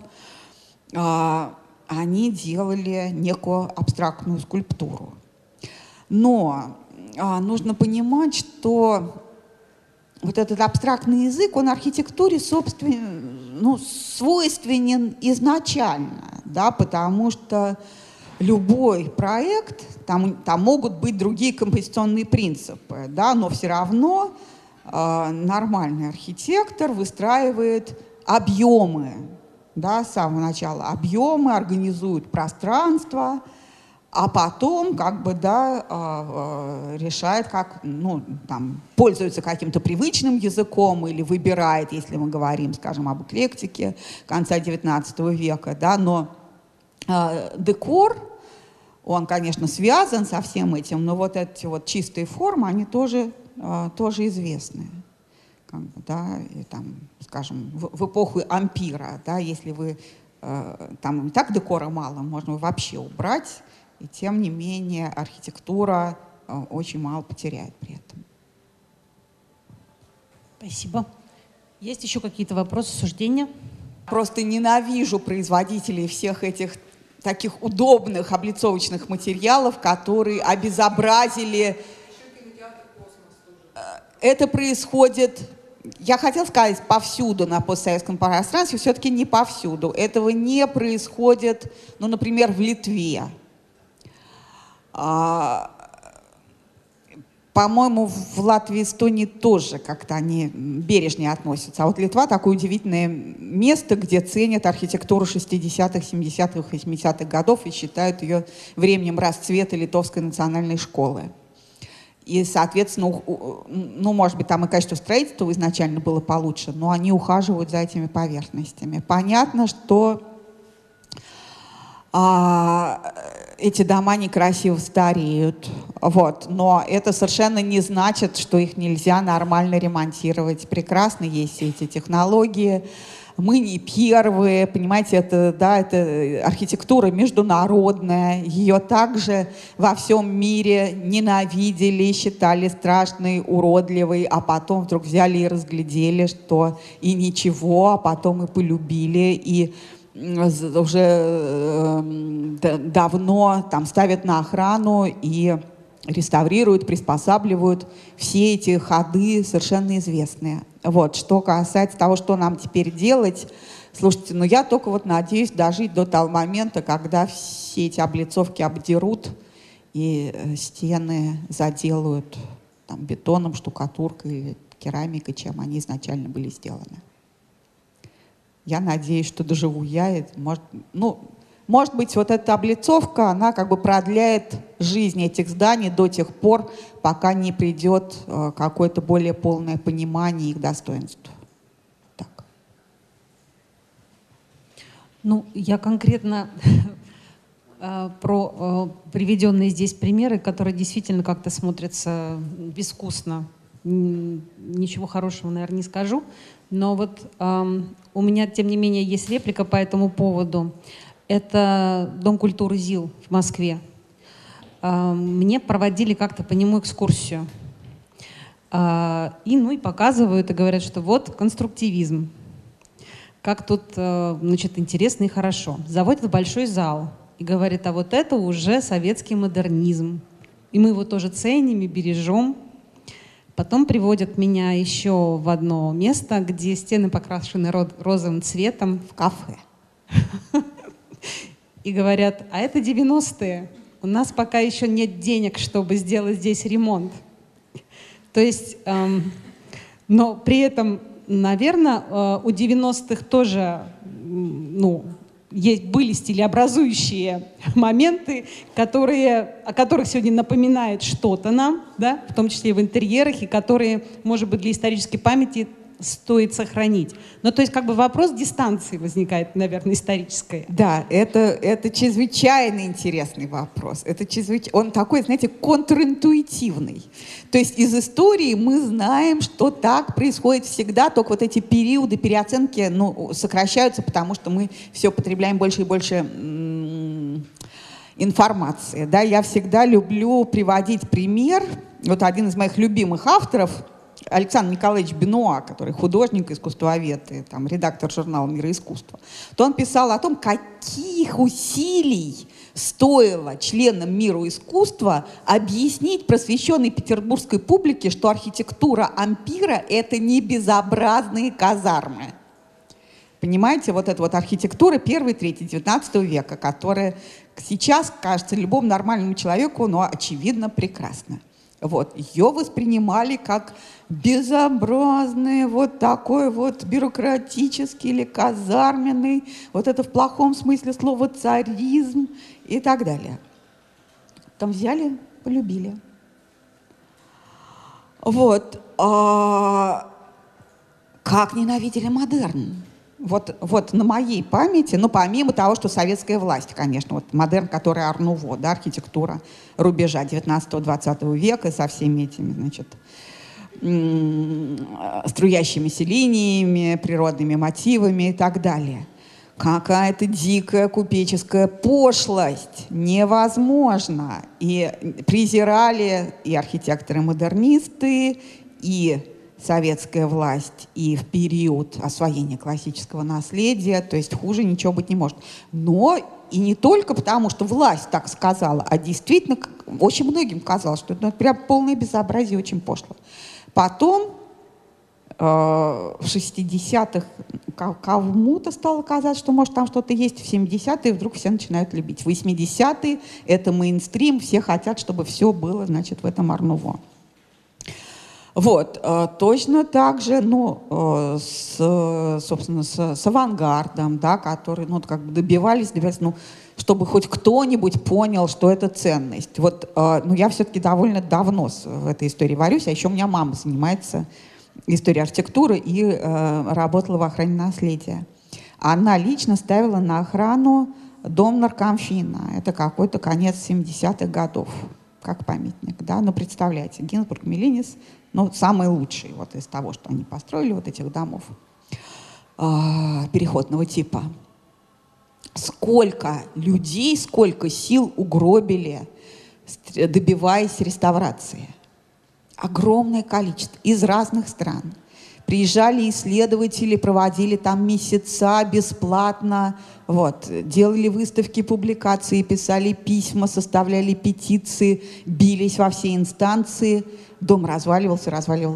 Они делали некую абстрактную скульптуру. Но нужно понимать, что вот этот абстрактный язык, он архитектуре, собственно, свойственен изначально, да, потому что любой проект, там могут быть другие композиционные принципы, да, но все равно нормальный архитектор выстраивает объемы, да, с самого начала объемы, организует пространство, а потом как бы, да, решает, как, ну, там, пользуется каким-то привычным языком или выбирает, если мы говорим, скажем, об эклектике конца XIX века, да, но декор, он, конечно, связан со всем этим, но вот эти вот чистые формы, они тоже известны. Как бы, да, и там, скажем, в эпоху ампира, да, если вы, там и так декора мало, можно вообще убрать, и тем не менее архитектура очень мало потеряет при этом. Спасибо. Есть еще какие-то вопросы, суждения? Просто ненавижу производителей всех этих таких удобных облицовочных материалов, которые обезобразили. Это происходит, я хотела сказать, повсюду на постсоветском пространстве, все-таки не повсюду. Этого не происходит, ну, например, в Литве. По-моему, в Латвии и Эстонии тоже как-то они бережнее относятся. А вот Литва — такое удивительное место, где ценят архитектуру 60-х, 70-х, 80-х годов и считают ее временем расцвета литовской национальной школы. И, соответственно, ну, может быть, там и качество строительства изначально было получше, но они ухаживают за этими поверхностями. Понятно, что эти дома некрасиво стареют, вот. Но это совершенно не значит, что их нельзя нормально ремонтировать. Прекрасно есть все эти технологии. Мы не первые, понимаете, это, да, это архитектура международная. Ее также во всем мире ненавидели, считали страшной, уродливой, а потом вдруг взяли и разглядели, что и ничего, а потом и полюбили, и уже давно там ставят на охрану и реставрируют, приспосабливают. Все эти ходы совершенно известные. Вот. Что касается того, что нам теперь делать, слушайте, ну я только вот надеюсь дожить до того момента, когда все эти облицовки обдерут и стены заделают там бетоном, штукатуркой или керамикой, чем они изначально были сделаны. Я надеюсь, что доживу я. Может быть, вот эта облицовка, она как бы продляет жизнь этих зданий до тех пор, пока не придет какое-то более полное понимание их достоинств. Так. Ну, я конкретно про приведенные здесь примеры, которые действительно как-то смотрятся безвкусно. Ничего хорошего, наверное, не скажу. Но вот у меня, тем не менее, есть реплика по этому поводу. Это Дом культуры ЗИЛ в Москве. Мне проводили как-то по нему экскурсию. И показывают, и говорят, что вот конструктивизм. Как тут, значит, интересно и хорошо. Заводят в большой зал и говорят, а вот это уже советский модернизм. И мы его тоже ценим и бережем. Потом приводят меня еще в одно место, где стены покрашены розовым цветом. В кафе. И говорят, а это 90-е. У нас пока еще нет денег, чтобы сделать здесь ремонт. То есть, но при этом, наверное, у 90-х тоже, были стилеобразующие моменты, о которых сегодня напоминает что-то нам, да, в том числе и в интерьерах, и которые, может быть, для исторической памяти стоит сохранить. Ну, то есть как бы вопрос дистанции возникает, наверное, исторической. Да, это чрезвычайно интересный вопрос. Он такой, знаете, контринтуитивный. То есть из истории мы знаем, что так происходит всегда, только вот эти периоды переоценки сокращаются, потому что мы все потребляем больше и больше информации. Да? Я всегда люблю приводить пример. Вот один из моих любимых авторов — Александр Николаевич Бенуа, который художник, искусствовед, и, там, редактор журнала «Мир и искусство», то он писал о том, каких усилий стоило членам «Мира и искусства» объяснить просвещенной петербургской публике, что архитектура ампира — это не безобразные казармы. Понимаете, вот эта вот архитектура 1-3 XIX века, которая сейчас кажется любому нормальному человеку, но очевидно прекрасна. Вот. Ее воспринимали как безобразный, вот такой вот бюрократический или казарменный, вот это в плохом смысле слова царизм и так далее. Там взяли, полюбили. Вот. Как ненавидели модерн. Вот на моей памяти, помимо того, что советская власть, конечно, вот модерн, который ар-нуво, да, архитектура рубежа 19-20 века со всеми этими, значит, струящимися линиями, природными мотивами и так далее. Какая-то дикая купеческая пошлость, невозможно. И презирали и архитекторы-модернисты, и советская власть, и в период освоения классического наследия, то есть хуже ничего быть не может. Но и не только потому, что власть так сказала, а действительно очень многим казалось, что это прям полное безобразие, очень пошло. Потом в 60-х кому-то стало казаться, что может там что-то есть, в 70-е вдруг все начинают любить. В 80-е это мейнстрим, все хотят, чтобы все было, значит, в этом ар-нуво. Вот, точно так же, собственно, с авангардом, да, которые, как бы добивались, чтобы хоть кто-нибудь понял, что это ценность. Вот, я все-таки довольно давно в этой истории варюсь, а еще у меня мама занимается историей архитектуры и работала в охране наследия. Она лично ставила на охрану дом наркомфина. Это какой-то конец 70-х годов, как памятник, да, представляете, Гинзбург, Миллинис, самый лучший вот из того, что они построили, вот этих домов переходного типа. Сколько людей, сколько сил угробили, добиваясь реставрации. Огромное количество из разных стран. Приезжали исследователи, проводили там месяца бесплатно, вот, делали выставки, публикации, писали письма, составляли петиции, бились во все инстанции. Дом разваливался,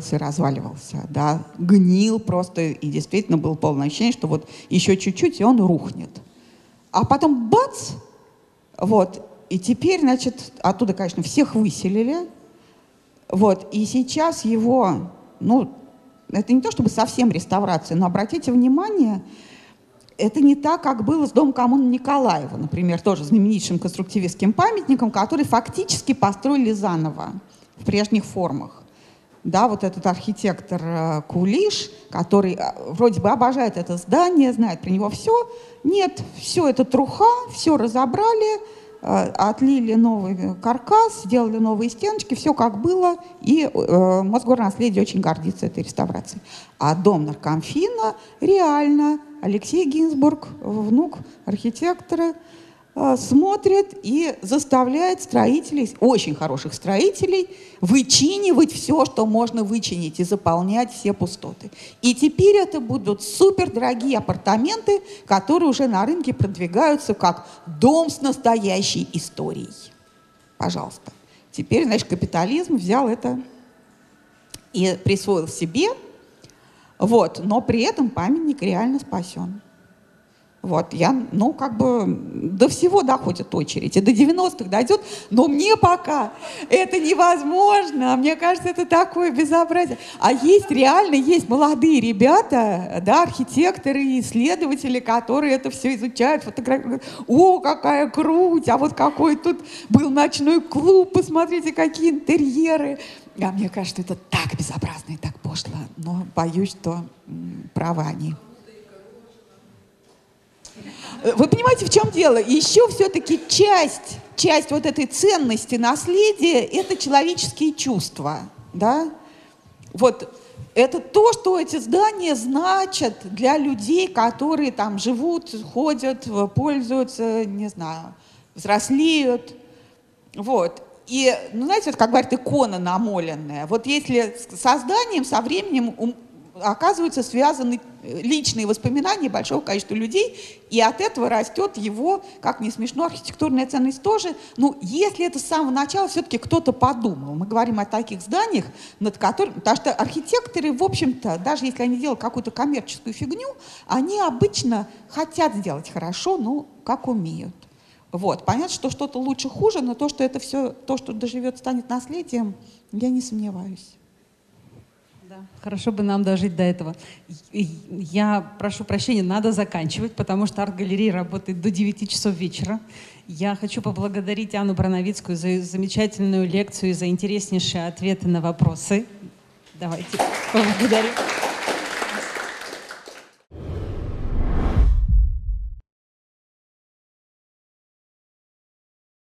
да, гнил просто, и действительно было полное ощущение, что вот еще чуть-чуть, и он рухнет. А потом бац, вот, и теперь, значит, оттуда, конечно, всех выселили, вот, и сейчас его, это не то чтобы совсем реставрация, но обратите внимание, это не так, как было с домом коммуны Николаева, например, тоже знаменитейшим конструктивистским памятником, который фактически построили заново в прежних формах. Да, вот этот архитектор Кулиш, который вроде бы обожает это здание, знает про него все. Нет, все это труха, все разобрали, отлили новый каркас, сделали новые стеночки, все как было, и Мосгорнаследие очень гордится этой реставрацией. А дом наркомфина реально Алексей Гинзбург, внук архитектора, смотрит и заставляет строителей, очень хороших строителей, вычинивать все, что можно вычинить, и заполнять все пустоты. И теперь это будут супердорогие апартаменты, которые уже на рынке продвигаются как дом с настоящей историей. Пожалуйста. Теперь, значит, капитализм взял это и присвоил себе, вот, но при этом памятник реально спасен. Вот, до всего доходит очередь, и до 90-х дойдет, но мне пока это невозможно, мне кажется, это такое безобразие. А реально есть молодые ребята, да, архитекторы, исследователи, которые это все изучают, фотографируют. О, какая круть, а вот какой тут был ночной клуб, посмотрите, какие интерьеры. Да, мне кажется, это так безобразно и так пошло, но боюсь, что правы они. Вы понимаете, в чем дело? Еще все-таки часть вот этой ценности наследия – это человеческие чувства, да? Вот это то, что эти здания значат для людей, которые там живут, ходят, пользуются, не знаю, взрослеют, вот. И, ну, знаете, вот как говорят, икона намоленная. Вот если с созданием со временем оказываются связаны личные воспоминания большого количества людей, и от этого растет его, как ни смешно, архитектурная ценность тоже. Ну, если это с самого начала все-таки кто-то подумал. Мы говорим о таких зданиях, над которыми... Потому что архитекторы, в общем-то, даже если они делают какую-то коммерческую фигню, они обычно хотят сделать хорошо, ну, как умеют. Вот. Понятно, что что-то лучше, хуже, но то, что это все, то, что доживет, станет наследием, я не сомневаюсь. Да, хорошо бы нам дожить до этого. Я прошу прощения, надо заканчивать, потому что арт-галерея работает до 9 часов вечера. Я хочу поблагодарить Анну Броновицкую за замечательную лекцию и за интереснейшие ответы на вопросы. Давайте поблагодарим.